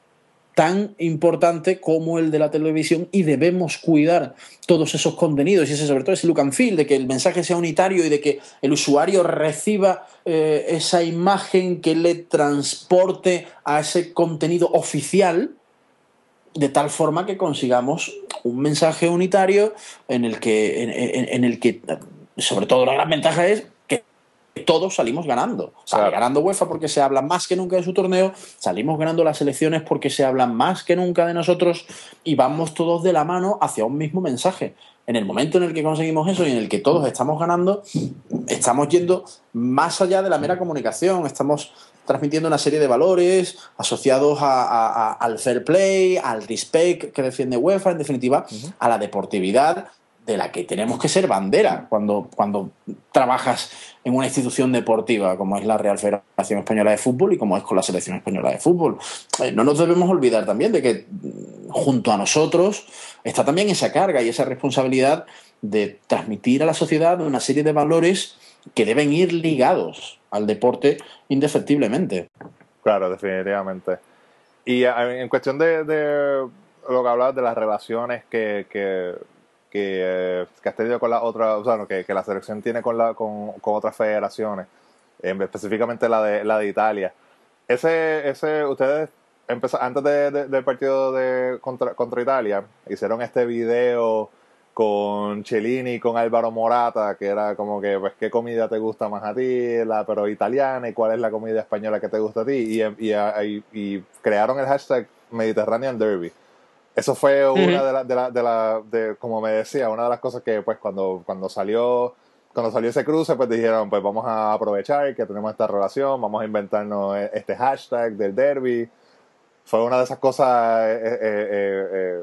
tan importante como el de la televisión y debemos cuidar todos esos contenidos y ese, sobre todo ese look and feel, de que el mensaje sea unitario y de que el usuario reciba eh, esa imagen que le transporte a ese contenido oficial, de tal forma que consigamos un mensaje unitario en el que, en, en, en el que sobre todo la gran ventaja es que todos salimos ganando. Sale claro. ganando UEFA porque se habla más que nunca de su torneo, salimos ganando las elecciones porque se habla más que nunca de nosotros y vamos todos de la mano hacia un mismo mensaje. En el momento en el que conseguimos eso y en el que todos estamos ganando, estamos yendo más allá de la mera comunicación, estamos transmitiendo una serie de valores asociados a, a, a, al fair play, al respect que defiende UEFA, en definitiva, uh-huh. a la deportividad de la que tenemos que ser bandera cuando, cuando trabajas en una institución deportiva como es la Real Federación Española de Fútbol y como es con la Selección Española de Fútbol. Eh, no nos debemos olvidar también de que junto a nosotros está también esa carga y esa responsabilidad de transmitir a la sociedad una serie de valores que deben ir ligados al deporte indefectiblemente. Claro, definitivamente. Y en cuestión de, de lo que hablabas de las relaciones que, que, que, eh, que has tenido con la otra, o sea, que, que la selección tiene con, la, con, con otras federaciones, eh, específicamente la de, la de Italia. Ese, ese, ustedes empezaron, antes de, de, del partido de, contra, contra Italia, hicieron este video con Cellini y con Álvaro Morata, que era como que, pues, ¿qué comida te gusta más a ti? La, pero italiana, ¿y cuál es la comida española que te gusta a ti? Y, y, y, y crearon el hashtag Mediterranean Derby. Eso fue una uh-huh. de las, de la, de la, de, como me decía, una de las cosas que, pues, cuando, cuando salió, cuando salió ese cruce, pues dijeron, pues vamos a aprovechar que tenemos esta relación, vamos a inventarnos este hashtag del derby. Fue una de esas cosas, eh, eh, eh, eh,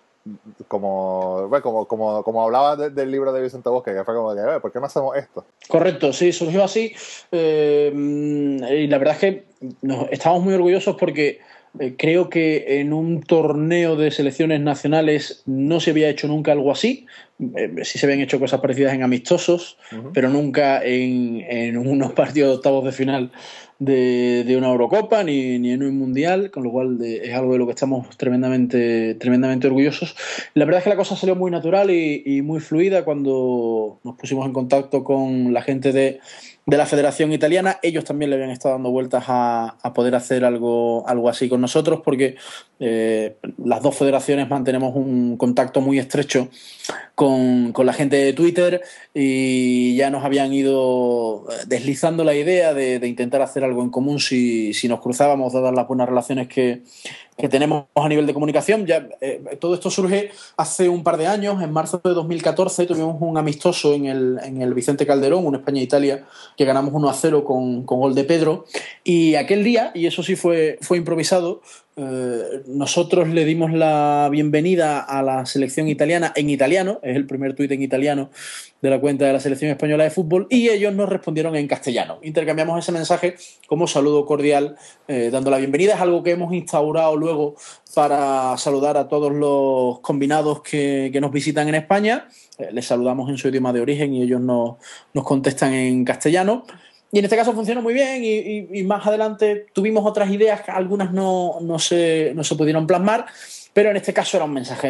como, bueno, como, como, como hablaba de, del libro de Vicente Bosque, que fue como que, ¿por qué no hacemos esto? Correcto, sí, surgió así. Eh, y la verdad es que nos, estamos muy orgullosos porque eh, creo que en un torneo de selecciones nacionales no se había hecho nunca algo así. Eh, sí se habían hecho cosas parecidas en amistosos, uh-huh. pero nunca en, en unos partidos de octavos de final de, de una Eurocopa ni, ni en un Mundial, con lo cual de, es algo de lo que estamos tremendamente, tremendamente orgullosos. La verdad es que la cosa salió muy natural y, y muy fluida cuando nos pusimos en contacto con la gente de, de la Federación Italiana. Ellos también le habían estado dando vueltas a, a poder hacer algo, algo así con nosotros porque eh, las dos federaciones mantenemos un contacto muy estrecho con, con la gente de Twitter y ya nos habían ido deslizando la idea de, de intentar hacer algo en común si, si nos cruzábamos, dadas las buenas relaciones que, que tenemos a nivel de comunicación. Ya, eh, todo esto surge hace un par de años. En marzo de dos mil catorce tuvimos un amistoso en el, en el Vicente Calderón, un España-Italia, que ganamos uno a cero con, con gol de Pedro. Y aquel día, y eso sí fue, fue improvisado, Eh, nosotros le dimos la bienvenida a la selección italiana en italiano, es el primer tuit en italiano de la cuenta de la Selección Española de Fútbol, y ellos nos respondieron en castellano. Intercambiamos ese mensaje como saludo cordial, eh, dando la bienvenida. Es algo que hemos instaurado luego para saludar a todos los combinados que, que nos visitan en España. Eh, les saludamos en su idioma de origen y ellos nos, nos contestan en castellano. Y en este caso funcionó muy bien y, y, y más adelante tuvimos otras ideas, algunas no, no, se, no se pudieron plasmar, pero en este caso era un mensaje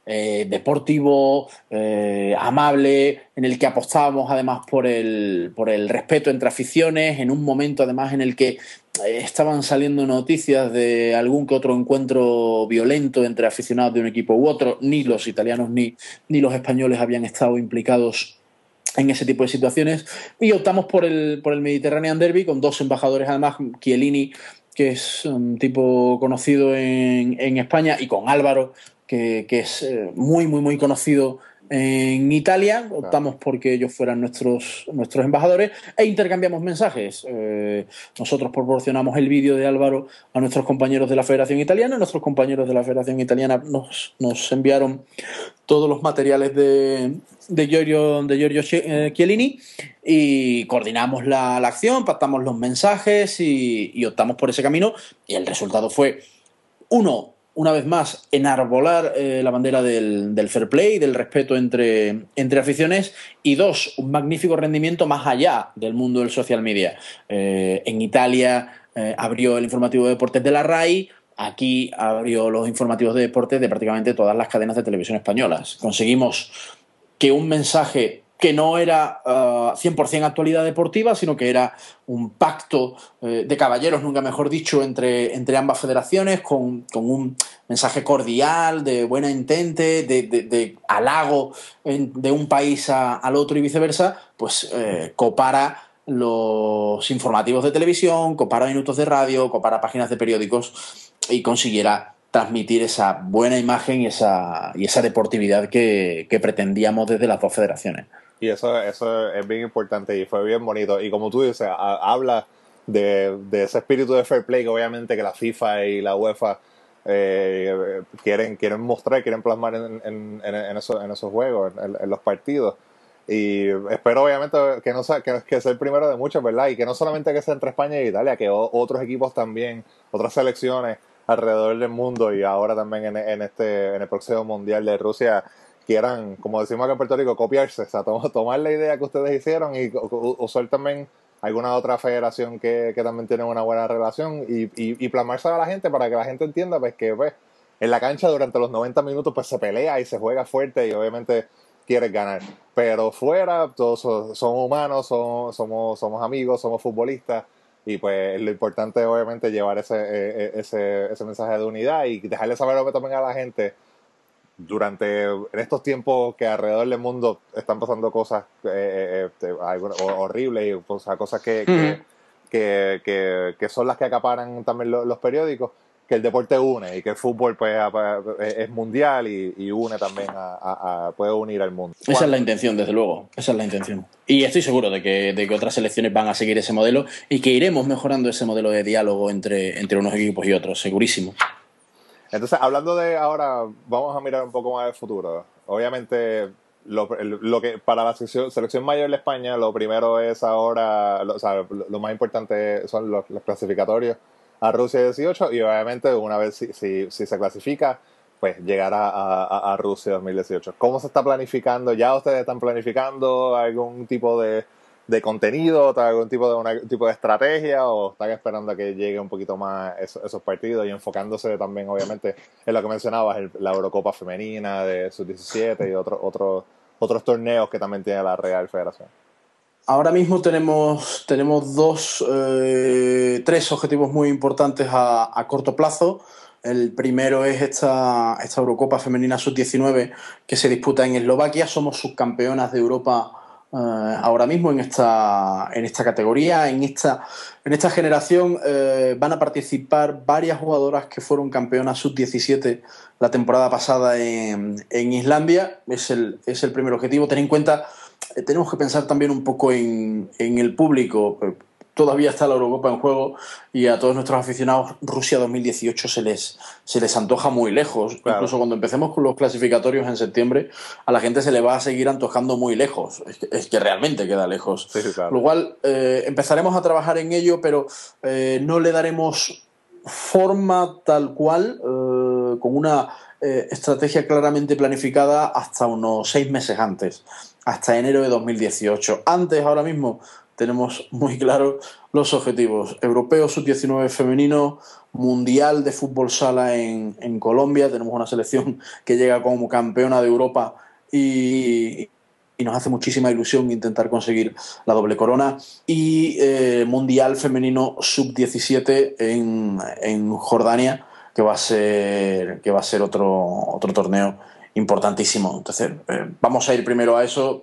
eh, deportivo, eh, amable, en el que apostábamos además por el, por el respeto entre aficiones, en un momento además en el que eh, estaban saliendo noticias de algún que otro encuentro violento entre aficionados de un equipo u otro. Ni los italianos ni, ni los españoles habían estado implicados en ese tipo de situaciones, y optamos por el, por el Mediterranean Derby con dos embajadores además, Chiellini, que es un tipo conocido en, en España, y con Álvaro, que, que es eh, muy, muy, muy conocido en Italia. Optamos porque ellos fueran nuestros, nuestros embajadores e intercambiamos mensajes. Eh, nosotros proporcionamos el vídeo de Álvaro a nuestros compañeros de la Federación Italiana, nuestros compañeros de la Federación Italiana nos, nos enviaron todos los materiales de, de Giorgio, de Giorgio Chiellini, y coordinamos la, la acción, pactamos los mensajes y, y optamos por ese camino, y el resultado fue, uno, una vez más, enarbolar eh, la bandera del, del fair play, del respeto entre, entre aficiones, y dos, un magnífico rendimiento más allá del mundo del social media. Eh, en Italia eh, abrió el informativo de deportes de la RAI. Aquí abrió los informativos de deportes de prácticamente todas las cadenas de televisión españolas. Conseguimos que un mensaje que no era uh, cien por ciento actualidad deportiva, sino que era un pacto eh, de caballeros, nunca mejor dicho, entre, entre ambas federaciones, con, con un mensaje cordial, de buena intente, de, de, de halago en, de un país a, al otro y viceversa, pues eh, copara los informativos de televisión, copara minutos de radio, copara páginas de periódicos, y consiguiera transmitir esa buena imagen y esa, y esa deportividad que, que pretendíamos desde las dos federaciones. Y eso, eso es bien importante y fue bien bonito. Y como tú dices, a, habla de, de ese espíritu de fair play que obviamente que la FIFA y la UEFA eh, quieren, quieren mostrar, quieren plasmar en, en, en, en, esos, en esos juegos, en, en los partidos. Y espero obviamente que no sea, que, que sea el primero de muchos, ¿verdad? Y que no solamente que sea entre España y Italia, que o, otros equipos también, otras selecciones alrededor del mundo y ahora también en, en este en el próximo Mundial de Rusia quieran, como decimos acá en Puerto Rico, copiarse, o sea, to, tomar la idea que ustedes hicieron y usar también alguna otra federación que, que también tiene una buena relación y, y, y plasmarse a la gente para que la gente entienda pues que pues, en la cancha durante los noventa minutos pues se pelea y se juega fuerte y obviamente quieres ganar, pero fuera todos son, son humanos, son, somos, somos amigos, somos futbolistas. Y pues lo importante es obviamente llevar ese, eh, ese, ese mensaje de unidad y dejarle saber también a la gente durante en estos tiempos que alrededor del mundo están pasando cosas eh, eh, horribles y o sea, cosas que, uh-huh. que, que, que, que son las que acaparan también los, los periódicos, que el deporte une y que el fútbol pues es mundial y, y une también a, a, a puede unir al mundo. Esa es la intención, desde luego, esa es la intención. Y estoy seguro de que, de que otras selecciones van a seguir ese modelo y que iremos mejorando ese modelo de diálogo entre, entre unos equipos y otros, segurísimo. Entonces, hablando de ahora, vamos a mirar un poco más al futuro. Obviamente, lo, lo que para la selección, selección mayor de España, lo primero es ahora, lo, o sea, lo, lo más importante son los, los clasificatorios a Rusia dieciocho y obviamente una vez si, si, si se clasifica, pues llegar a, a, a Rusia dos mil dieciocho. ¿Cómo se está planificando? ¿Ya ustedes están planificando algún tipo de, de contenido, algún tipo de, una, tipo de estrategia o están esperando a que llegue un poquito más esos, esos partidos y enfocándose también obviamente en lo que mencionabas, el, la Eurocopa femenina de sub diecisiete y otros otro, otros torneos que también tiene la Real Federación? Ahora mismo tenemos, tenemos dos, eh, tres objetivos muy importantes a, a corto plazo. El primero es esta, esta Eurocopa femenina sub diecinueve que se disputa en Eslovaquia. Somos subcampeonas de Europa eh, ahora mismo en esta, en esta categoría. En esta, en esta generación eh, van a participar varias jugadoras que fueron campeonas sub diecisiete la temporada pasada en, en Islandia. Es el, es el primer objetivo. Ten en cuenta... Tenemos que pensar también un poco en, en el público. Todavía está la Eurocopa en juego y a todos nuestros aficionados Rusia dos mil dieciocho se les, se les antoja muy lejos. Claro. Incluso cuando empecemos con los clasificatorios en septiembre, a la gente se le va a seguir antojando muy lejos. Es que, es que realmente queda lejos. Sí, sí, claro. Lo cual eh, empezaremos a trabajar en ello, pero eh, no le daremos forma tal cual, eh, con una eh, estrategia claramente planificada hasta unos seis meses antes. Hasta enero de dos mil dieciocho. Antes, ahora mismo, tenemos muy claros los objetivos. Europeo sub diecinueve femenino, Mundial de Fútbol Sala en, en Colombia. Tenemos una selección que llega como campeona de Europa y, y nos hace muchísima ilusión intentar conseguir la doble corona. Y eh, Mundial femenino sub diecisiete en, en Jordania, que va a ser, que va a ser otro, otro torneo importantísimo. Entonces, eh, vamos a ir primero a eso.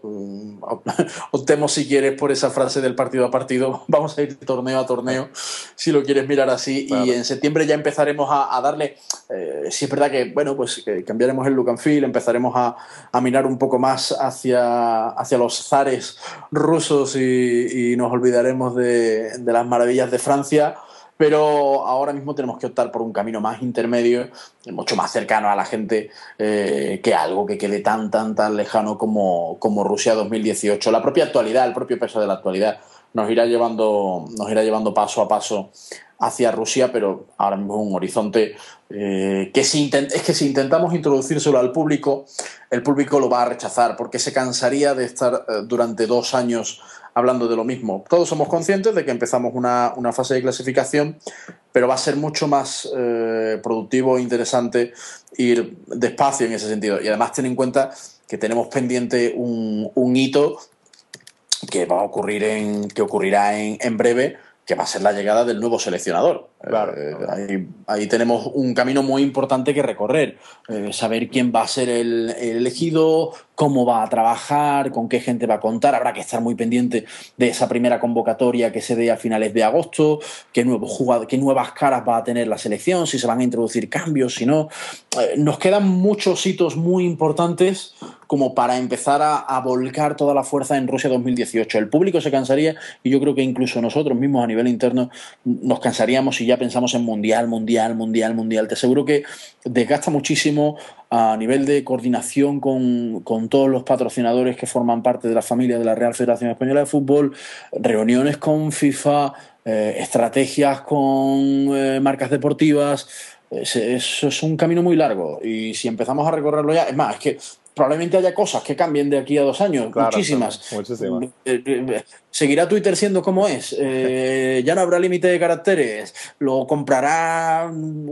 Optemos, si quieres, por esa frase del partido a partido. Vamos a ir torneo a torneo, si lo quieres mirar así. Claro. Y en septiembre ya empezaremos a, a darle... Eh, sí es verdad que, bueno, pues que cambiaremos el look and feel, empezaremos a, a mirar un poco más hacia, hacia los zares rusos y, y nos olvidaremos de, de las maravillas de Francia. Pero ahora mismo tenemos que optar por un camino más intermedio, mucho más cercano a la gente, eh, que algo que quede tan, tan, tan lejano como, como Rusia dos mil dieciocho. La propia actualidad, el propio peso de la actualidad nos irá llevando, nos irá llevando paso a paso hacia Rusia, pero ahora mismo es un horizonte eh, que si intent- es que si intentamos introducírselo al público, el público lo va a rechazar, porque se cansaría de estar eh, durante dos años hablando de lo mismo. Todos somos conscientes de que empezamos una, una fase de clasificación, pero va a ser mucho más eh, productivo e interesante ir despacio en ese sentido. Y además ten en cuenta que tenemos pendiente un, un hito que va a ocurrir en, que ocurrirá en, en breve, que va a ser la llegada del nuevo seleccionador. Claro. Eh, ahí, ahí tenemos un camino muy importante que recorrer. Eh, saber quién va a ser el, el elegido, cómo va a trabajar, con qué gente va a contar. Habrá que estar muy pendiente de esa primera convocatoria que se dé a finales de agosto, qué, nuevos jugadores, qué nuevas caras va a tener la selección, si se van a introducir cambios, si no. Eh, nos quedan muchos hitos muy importantes como para empezar a, a volcar toda la fuerza en Rusia dos mil dieciocho. El público se cansaría y yo creo que incluso nosotros mismos a nivel interno nos cansaríamos si ya pensamos en mundial, mundial, mundial, mundial. Te aseguro que desgasta muchísimo a nivel de coordinación con, con todos los patrocinadores que forman parte de la familia de la Real Federación Española de Fútbol, reuniones con FIFA, eh, estrategias con eh, marcas deportivas. Eso es, es un camino muy largo y si empezamos a recorrerlo ya, es más, es que probablemente haya cosas que cambien de aquí a dos años, claro, muchísimas. Sí, muchísimas. ¿Seguirá Twitter siendo como es? Eh, ¿Ya no habrá límite de caracteres? ¿Lo comprará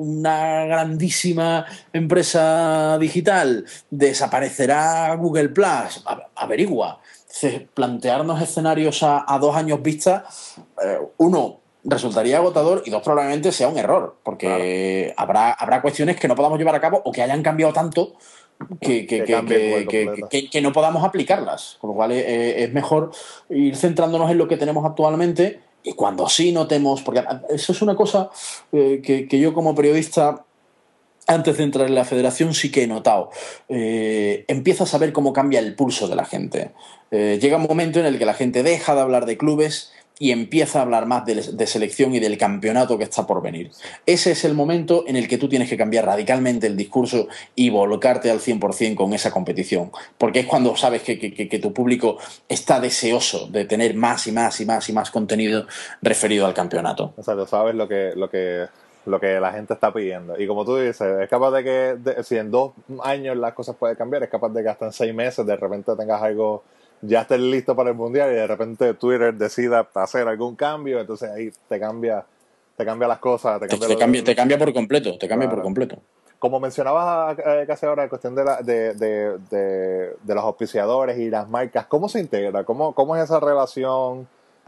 una grandísima empresa digital? ¿Desaparecerá Google Plus? Averigua. Plantearnos escenarios a, a dos años vista, eh, uno, resultaría agotador y dos, probablemente sea un error, porque claro. habrá, habrá cuestiones que no podamos llevar a cabo o que hayan cambiado tanto que, que, que, que, que, que, que no podamos aplicarlas, con lo cual eh, es mejor ir centrándonos en lo que tenemos actualmente y cuando sí notemos, porque eso es una cosa eh, que, que yo como periodista antes de entrar en la federación sí que he notado. Eh, empiezas a ver cómo cambia el pulso de la gente. Eh, llega un momento en el que la gente deja de hablar de clubes y empieza a hablar más de, de selección y del campeonato que está por venir. Ese es el momento en el que tú tienes que cambiar radicalmente el discurso y volcarte al cien por ciento con esa competición. Porque es cuando sabes que, que, que tu público está deseoso de tener más y más y más y más contenido referido al campeonato. O sea, tú sabes lo que... Lo que... lo que la gente está pidiendo. Y como tú dices, es capaz de que de, si en dos años las cosas pueden cambiar, es capaz de que hasta en seis meses de repente tengas algo, ya estés listo para el mundial y de repente Twitter decida hacer algún cambio, entonces ahí te cambia te cambia las cosas. Te cambia, te, te, cambia, te cambia por completo, te cambia claro. por completo. Como mencionabas eh, casi ahora, en cuestión de, la, de, de, de, de los auspiciadores y las marcas, ¿cómo se integra? ¿Cómo, cómo es esa relación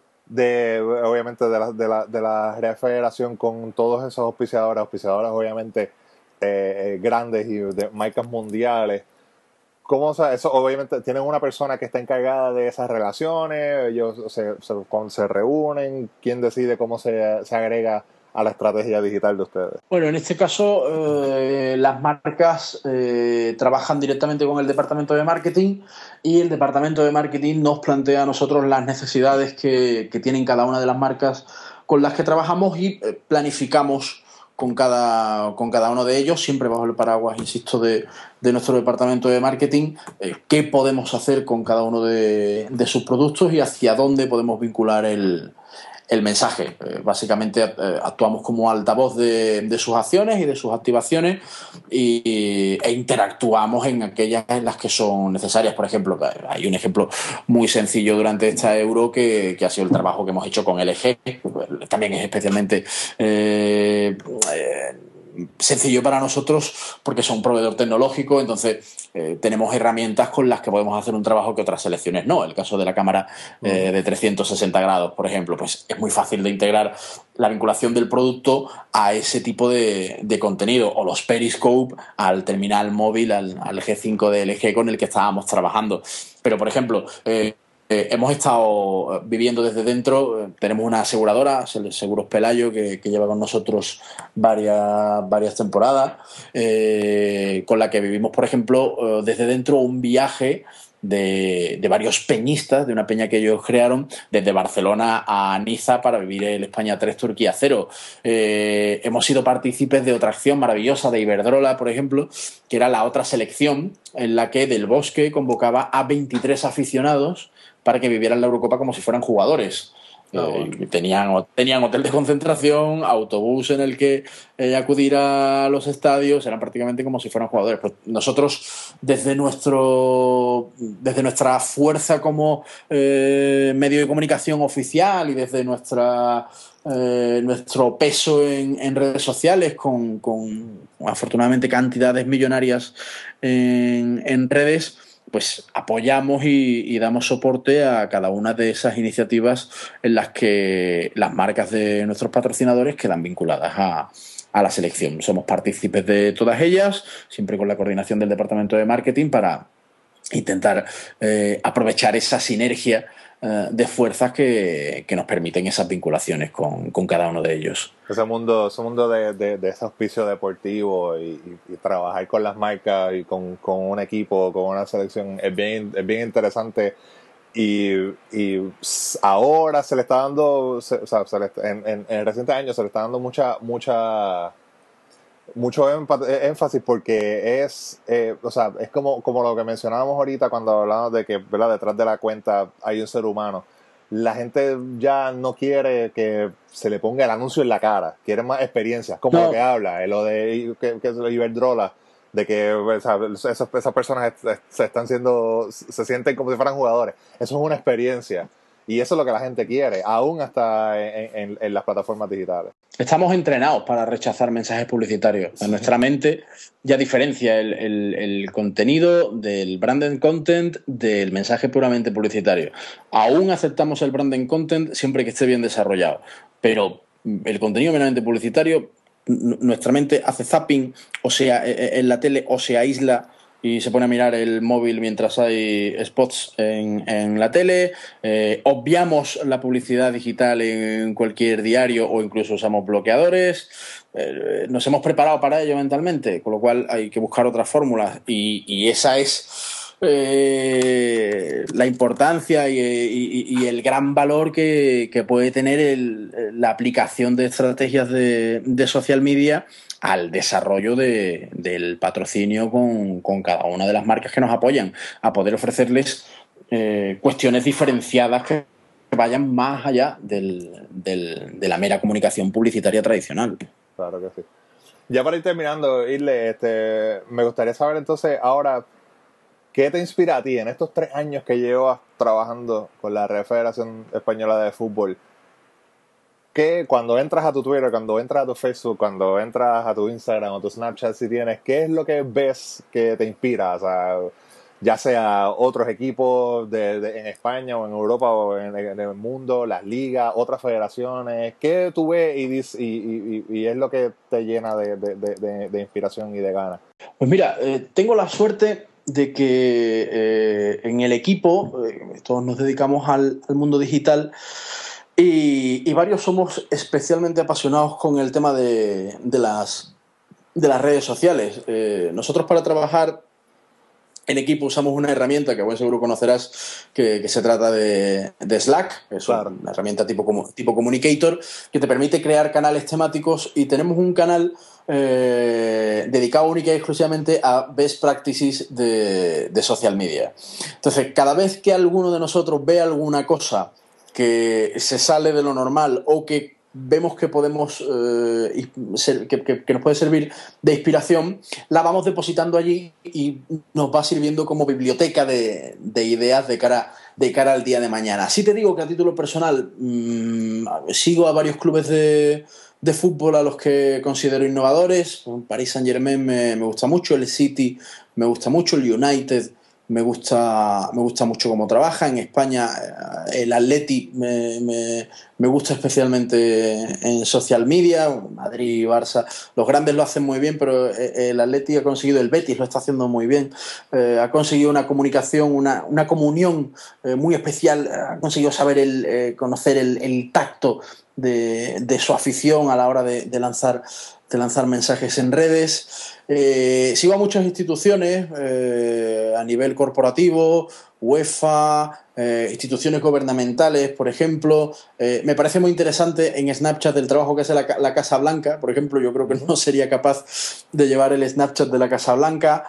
de obviamente de la, de la, de la Real Federación con todos esos auspiciadores, auspiciadores obviamente eh, grandes y de marcas mundiales? ¿Cómo, o sea, eso obviamente tienen una persona que está encargada de esas relaciones? Ellos se, se, se reúnen, ¿quién decide cómo se, se agrega a la estrategia digital de ustedes? Bueno, en este caso eh, las marcas eh, trabajan directamente con el departamento de marketing y el departamento de marketing nos plantea a nosotros las necesidades que, que tienen cada una de las marcas con las que trabajamos y eh, planificamos con cada, con cada uno de ellos, siempre bajo el paraguas, insisto, de, de nuestro departamento de marketing, eh, qué podemos hacer con cada uno de, de sus productos y hacia dónde podemos vincular el el mensaje. Eh, básicamente eh, actuamos como altavoz de, de sus acciones y de sus activaciones y, e interactuamos en aquellas en las que son necesarias. Por ejemplo, hay un ejemplo muy sencillo durante esta Euro que, que ha sido el trabajo que hemos hecho con L G. También es especialmente eh, eh, sencillo para nosotros porque son un proveedor tecnológico, entonces eh, tenemos herramientas con las que podemos hacer un trabajo que otras selecciones no. El caso de la cámara eh, de trescientos sesenta grados, por ejemplo, pues es muy fácil de integrar la vinculación del producto a ese tipo de, de contenido, o los Periscope al terminal móvil, al, al G cinco de L G con el que estábamos trabajando. Pero, por ejemplo, eh, Eh, hemos estado viviendo desde dentro, eh, tenemos una aseguradora, Seguros Pelayo, que, que lleva con nosotros varias, varias temporadas, eh, con la que vivimos, por ejemplo, eh, desde dentro un viaje de, de varios peñistas, de una peña que ellos crearon, desde Barcelona a Niza para vivir el España tres Turquía cero. Eh, hemos sido partícipes de otra acción maravillosa de Iberdrola, por ejemplo, que era la otra selección en la que Del Bosque convocaba a veintitrés aficionados para que vivieran la Eurocopa como si fueran jugadores. Oh, eh, bueno. tenían, tenían hotel de concentración, autobús en el que eh, acudir a los estadios, eran prácticamente como si fueran jugadores. Pues nosotros, desde, nuestro, desde nuestra fuerza como eh, medio de comunicación oficial y desde nuestra... Eh, nuestro peso en, en redes sociales con, con afortunadamente cantidades millonarias en, en redes, pues apoyamos y, y damos soporte a cada una de esas iniciativas en las que las marcas de nuestros patrocinadores quedan vinculadas a, a la selección. Somos partícipes de todas ellas, siempre con la coordinación del departamento de marketing para intentar eh, aprovechar esa sinergia de fuerzas que, que nos permiten esas vinculaciones con, con cada uno de ellos. Ese mundo, ese mundo de, de, de ese auspicio deportivo y, y, y trabajar con las marcas y con, con un equipo, con una selección, es bien, es bien interesante. Y, y ahora se le está dando, se, o sea, se le, en, en, en recientes años se le está dando mucha, mucha mucho énfasis porque es, eh, o sea, es como, como lo que mencionábamos ahorita cuando hablábamos de que, ¿verdad?, detrás de la cuenta hay un ser humano. La gente ya no quiere que se le ponga el anuncio en la cara, quiere más experiencias, como no. Lo que habla, lo de que, que es Iberdrola, de que, o sea, esas, esas personas se están siendo, se sienten como si fueran jugadores. Eso es una experiencia. Y eso es lo que la gente quiere, aún hasta en, en, en las plataformas digitales. Estamos entrenados para rechazar mensajes publicitarios. Sí. En nuestra mente ya diferencia el, el, el contenido del branded content del mensaje puramente publicitario. Aún aceptamos el branded content siempre que esté bien desarrollado. Pero el contenido meramente publicitario, nuestra mente hace zapping, o sea, en la tele, o se aísla y se pone a mirar el móvil mientras hay spots en, en la tele, eh, obviamos la publicidad digital en cualquier diario o incluso usamos bloqueadores, eh, nos hemos preparado para ello mentalmente, con lo cual hay que buscar otras fórmulas y, y esa es eh, la importancia y, y, y el gran valor que, que puede tener el, la aplicación de estrategias de, de social media al desarrollo de, del patrocinio con, con cada una de las marcas que nos apoyan, a poder ofrecerles eh, cuestiones diferenciadas que vayan más allá del, del, de la mera comunicación publicitaria tradicional. Claro que sí. Ya para ir terminando, Irle, este, me gustaría saber entonces ahora, ¿qué te inspira a ti en estos tres años que llevas trabajando con la Real Federación Española de Fútbol? Que cuando entras a tu Twitter, cuando entras a tu Facebook, cuando entras a tu Instagram o tu Snapchat si tienes, ¿qué es lo que ves que te inspira? O sea, ya sea otros equipos de, de, en España o en Europa o en, en el mundo, las ligas, otras federaciones, ¿qué tú ves y, y, y, y es lo que te llena de, de, de, de inspiración y de ganas? Pues mira, eh, tengo la suerte de que eh, en el equipo, eh, todos nos dedicamos al, al mundo digital, Y, y varios somos especialmente apasionados con el tema de, de, las, de las redes sociales. Eh, nosotros para trabajar en equipo usamos una herramienta que buen seguro conocerás, que, que se trata de, de Slack, que es claro. una herramienta tipo, tipo Communicator, que te permite crear canales temáticos y tenemos un canal eh, dedicado única y exclusivamente a best practices de, de social media. Entonces, cada vez que alguno de nosotros ve alguna cosa que se sale de lo normal o que vemos que podemos eh, ser, que, que, que nos puede servir de inspiración, la vamos depositando allí y nos va sirviendo como biblioteca de, de ideas de cara, de cara al día de mañana. Sí te digo que a título personal mmm, sigo a varios clubes de, de fútbol a los que considero innovadores. Paris Saint-Germain me, me gusta mucho, el City me gusta mucho, el United me gusta, me gusta mucho cómo trabaja. En España el Atleti me, me, me gusta especialmente en social media. Madrid y Barça, los grandes lo hacen muy bien, pero el Atleti ha conseguido, el Betis lo está haciendo muy bien, eh, ha conseguido una comunicación, una, una comunión eh, muy especial, ha conseguido saber el, eh, conocer el, el tacto de, de su afición a la hora de, de lanzar de lanzar mensajes en redes. Eh, sigo a muchas instituciones eh, a nivel corporativo, UEFA, eh, instituciones gubernamentales, por ejemplo. Eh, me parece muy interesante en Snapchat el trabajo que hace la, la Casa Blanca, por ejemplo. Yo creo que no sería capaz de llevar el Snapchat de la Casa Blanca.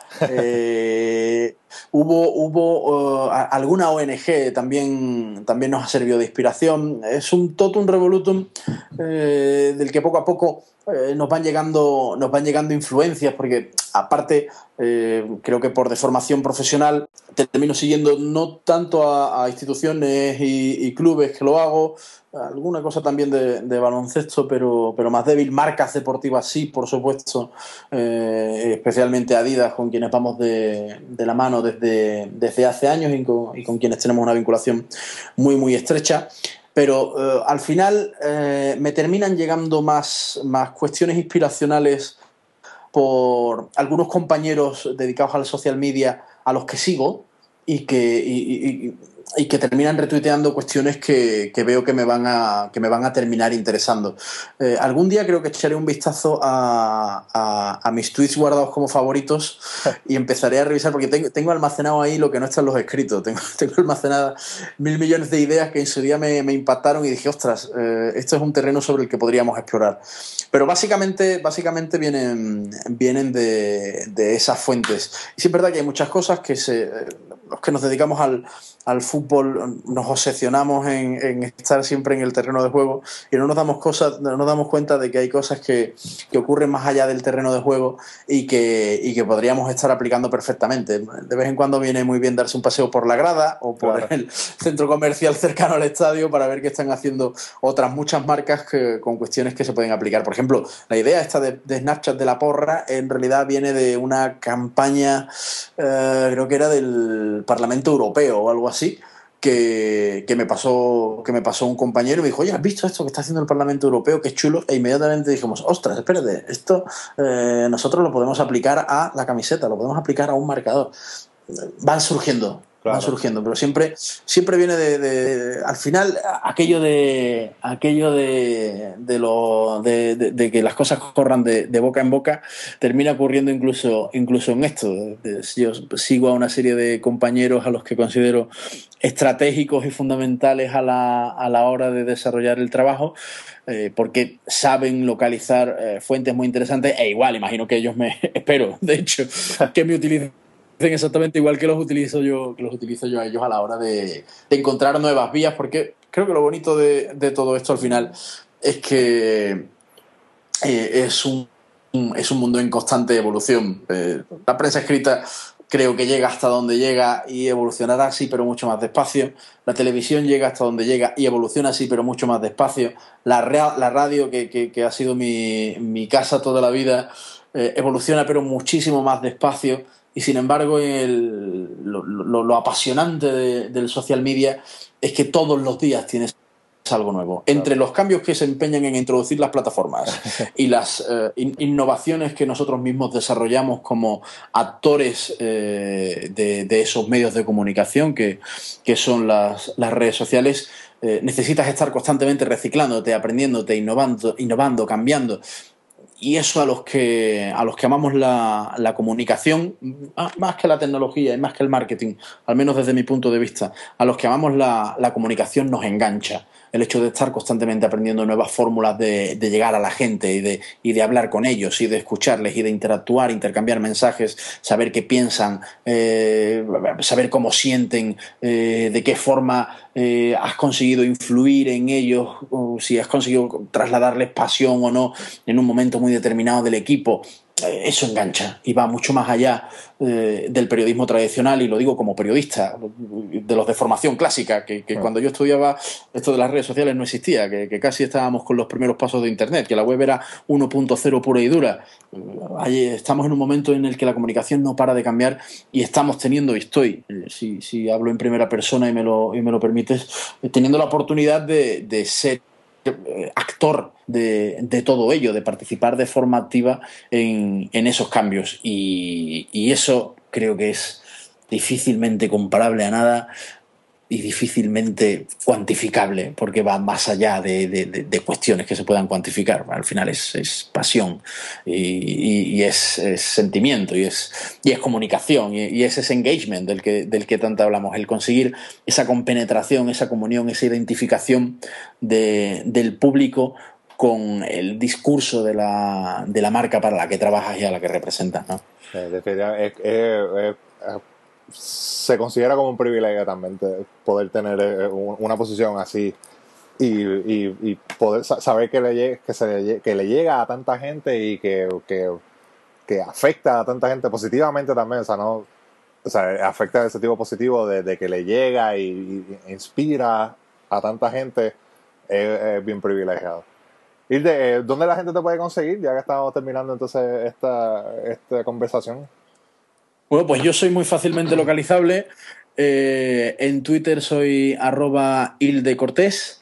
Eh, hubo hubo uh, alguna O N G también, también nos ha servido de inspiración. Es un totum revolutum eh, del que poco a poco Eh, nos van llegando nos van llegando influencias, porque aparte eh, creo que por deformación profesional termino siguiendo no tanto a, a instituciones y, y clubes que lo hago, alguna cosa también de, de baloncesto, pero, pero más débil, marcas deportivas sí, por supuesto, eh, especialmente Adidas, con quienes vamos de, de la mano desde, desde hace años y con, y con quienes tenemos una vinculación muy muy estrecha. Pero eh, al final eh, me terminan llegando más, más cuestiones inspiracionales por algunos compañeros dedicados al social media a los que sigo y que, y, y, y que terminan retuiteando cuestiones que, que veo que me van a, que me van a terminar interesando. Eh, algún día creo que echaré un vistazo a, a, a mis tweets guardados como favoritos y empezaré a revisar, porque tengo, tengo almacenado ahí lo que no está en los escritos. Tengo, tengo almacenadas mil millones de ideas que en su día me, me impactaron y dije, ostras, eh, esto es un terreno sobre el que podríamos explorar. Pero básicamente, básicamente vienen, vienen de, de esas fuentes. Y sí es verdad que hay muchas cosas que se, los que nos dedicamos al, al fútbol nos obsesionamos en, en estar siempre en el terreno de juego y no nos damos cosas, no nos damos cuenta de que hay cosas que, que ocurren más allá del terreno de juego y que, y que podríamos estar aplicando perfectamente. De vez en cuando viene muy bien darse un paseo por la grada o por claro. el centro comercial cercano al estadio para ver qué están haciendo otras muchas marcas que, con cuestiones que se pueden aplicar. Por ejemplo, la idea esta de, de Snapchat de la porra en realidad viene de una campaña, eh, creo que era del Parlamento Europeo o algo así, que, que, me pasó, que me pasó un compañero y me dijo, oye, ¿has visto esto que está haciendo el Parlamento Europeo? Qué chulo. E inmediatamente dijimos, ostras, espérate, esto eh, nosotros lo podemos aplicar a la camiseta, lo podemos aplicar a un marcador. Van surgiendo. Claro. Van surgiendo, pero siempre, siempre viene de, de, de al final aquello de aquello de, de, lo, de, de, de que las cosas corran de, de boca en boca termina ocurriendo incluso, incluso en esto. Yo sigo a una serie de compañeros a los que considero estratégicos y fundamentales a la, a la hora de desarrollar el trabajo, eh, porque saben localizar eh, fuentes muy interesantes e igual, imagino que ellos me, espero, de hecho, que me utilicen exactamente igual que los utilizo yo que los utilizo yo a ellos a la hora de, de encontrar nuevas vías, porque creo que lo bonito de, de todo esto al final es que eh, es, un, es un mundo en constante evolución. Eh, la prensa escrita creo que llega hasta donde llega y evolucionará así, pero mucho más despacio. La televisión llega hasta donde llega y evoluciona así, pero mucho más despacio. La, rea- la radio, que, que, que ha sido mi, mi casa toda la vida, eh, evoluciona, pero muchísimo más despacio. Y sin embargo, el, lo, lo, lo apasionante de, del social media es que todos los días tienes algo nuevo. Claro. Entre los cambios que se empeñan en introducir las plataformas y las eh, in, innovaciones que nosotros mismos desarrollamos como actores eh, de, de esos medios de comunicación que, que son las, las redes sociales, eh, necesitas estar constantemente reciclándote, aprendiéndote, innovando, innovando, cambiando. Y eso a los que a los que amamos la, la comunicación, más que la tecnología y más que el marketing, al menos desde mi punto de vista, a los que amamos la, la comunicación nos engancha. el hecho de estar constantemente aprendiendo nuevas fórmulas de, de llegar a la gente y de, y de hablar con ellos y de escucharles y de interactuar, intercambiar mensajes, saber qué piensan, eh, saber cómo sienten, eh, de qué forma eh, has conseguido influir en ellos, o si has conseguido trasladarles pasión o no en un momento muy determinado del equipo. Eso engancha y va mucho más allá eh, del periodismo tradicional, y lo digo como periodista de los de formación clásica, que, que cuando yo estudiaba esto de las redes sociales no existía, que, que casi estábamos con los primeros pasos de internet, que la web era uno punto cero pura y dura. Ahí estamos en un momento en el que la comunicación no para de cambiar y estamos teniendo, y estoy, si, si hablo en primera persona y me lo, y me lo permites, teniendo la oportunidad de, de ser actor de, de todo ello, de participar de forma activa en, en esos cambios, y, y eso creo que es difícilmente comparable a nada y difícilmente cuantificable, porque va más allá de, de, de cuestiones que se puedan cuantificar. Al final es, es pasión y, y, y es, es sentimiento y es, y es comunicación y, y es ese engagement del que, del que tanto hablamos, el conseguir esa compenetración, esa comunión, esa identificación de, del público con el discurso de la, de la marca para la que trabajas y a la que representas, ¿no? Eh, es, es, es, es, se considera como un privilegio también poder tener una posición así y, y, y poder saber que le, llegue, que, se le, que le llega a tanta gente y que, que, que afecta a tanta gente positivamente también, o sea, no, o sea, afecta de ese tipo positivo de, de que le llega y, y inspira a tanta gente, es, es bien privilegiado. Hilde, ¿dónde la gente te puede conseguir? Ya que estamos terminando entonces esta, esta conversación. Bueno, pues yo soy muy fácilmente localizable. Eh, en Twitter soy arroba hildecortés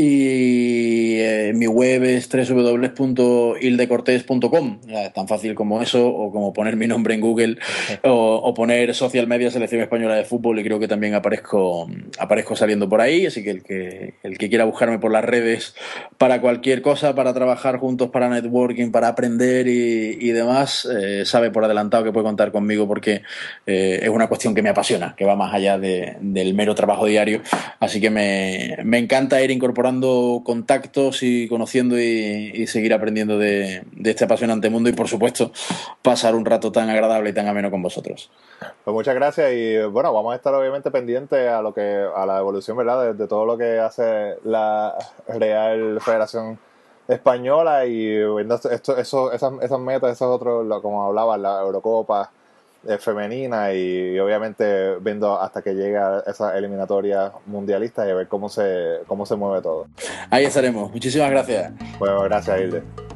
y eh, mi web es doble u doble u doble u punto hildecortés punto com. Es tan fácil como eso, o como poner mi nombre en Google o, o poner social media Selección Española de Fútbol, y creo que también aparezco, aparezco saliendo por ahí, así que el que, el que quiera buscarme por las redes para cualquier cosa, para trabajar juntos, para networking, para aprender y, y demás, eh, sabe por adelantado que puede contar conmigo, porque eh, es una cuestión que me apasiona, que va más allá de, del mero trabajo diario, así que me, me encanta ir incorporando contactos y conociendo y, y seguir aprendiendo de, de este apasionante mundo, y por supuesto pasar un rato tan agradable y tan ameno con vosotros. Pues muchas gracias, y bueno, vamos a estar obviamente pendientes a lo que a la evolución, ¿verdad?, de, de todo lo que hace la Real Federación Española, y viendo esto, eso, esas, esas metas, esos otros, como hablaba, la Eurocopa eh, femenina, y, y obviamente viendo hasta que llega esa eliminatoria mundialista y a ver cómo se, cómo se mueve todo. Ahí estaremos. Muchísimas gracias. Bueno, gracias, Hilde.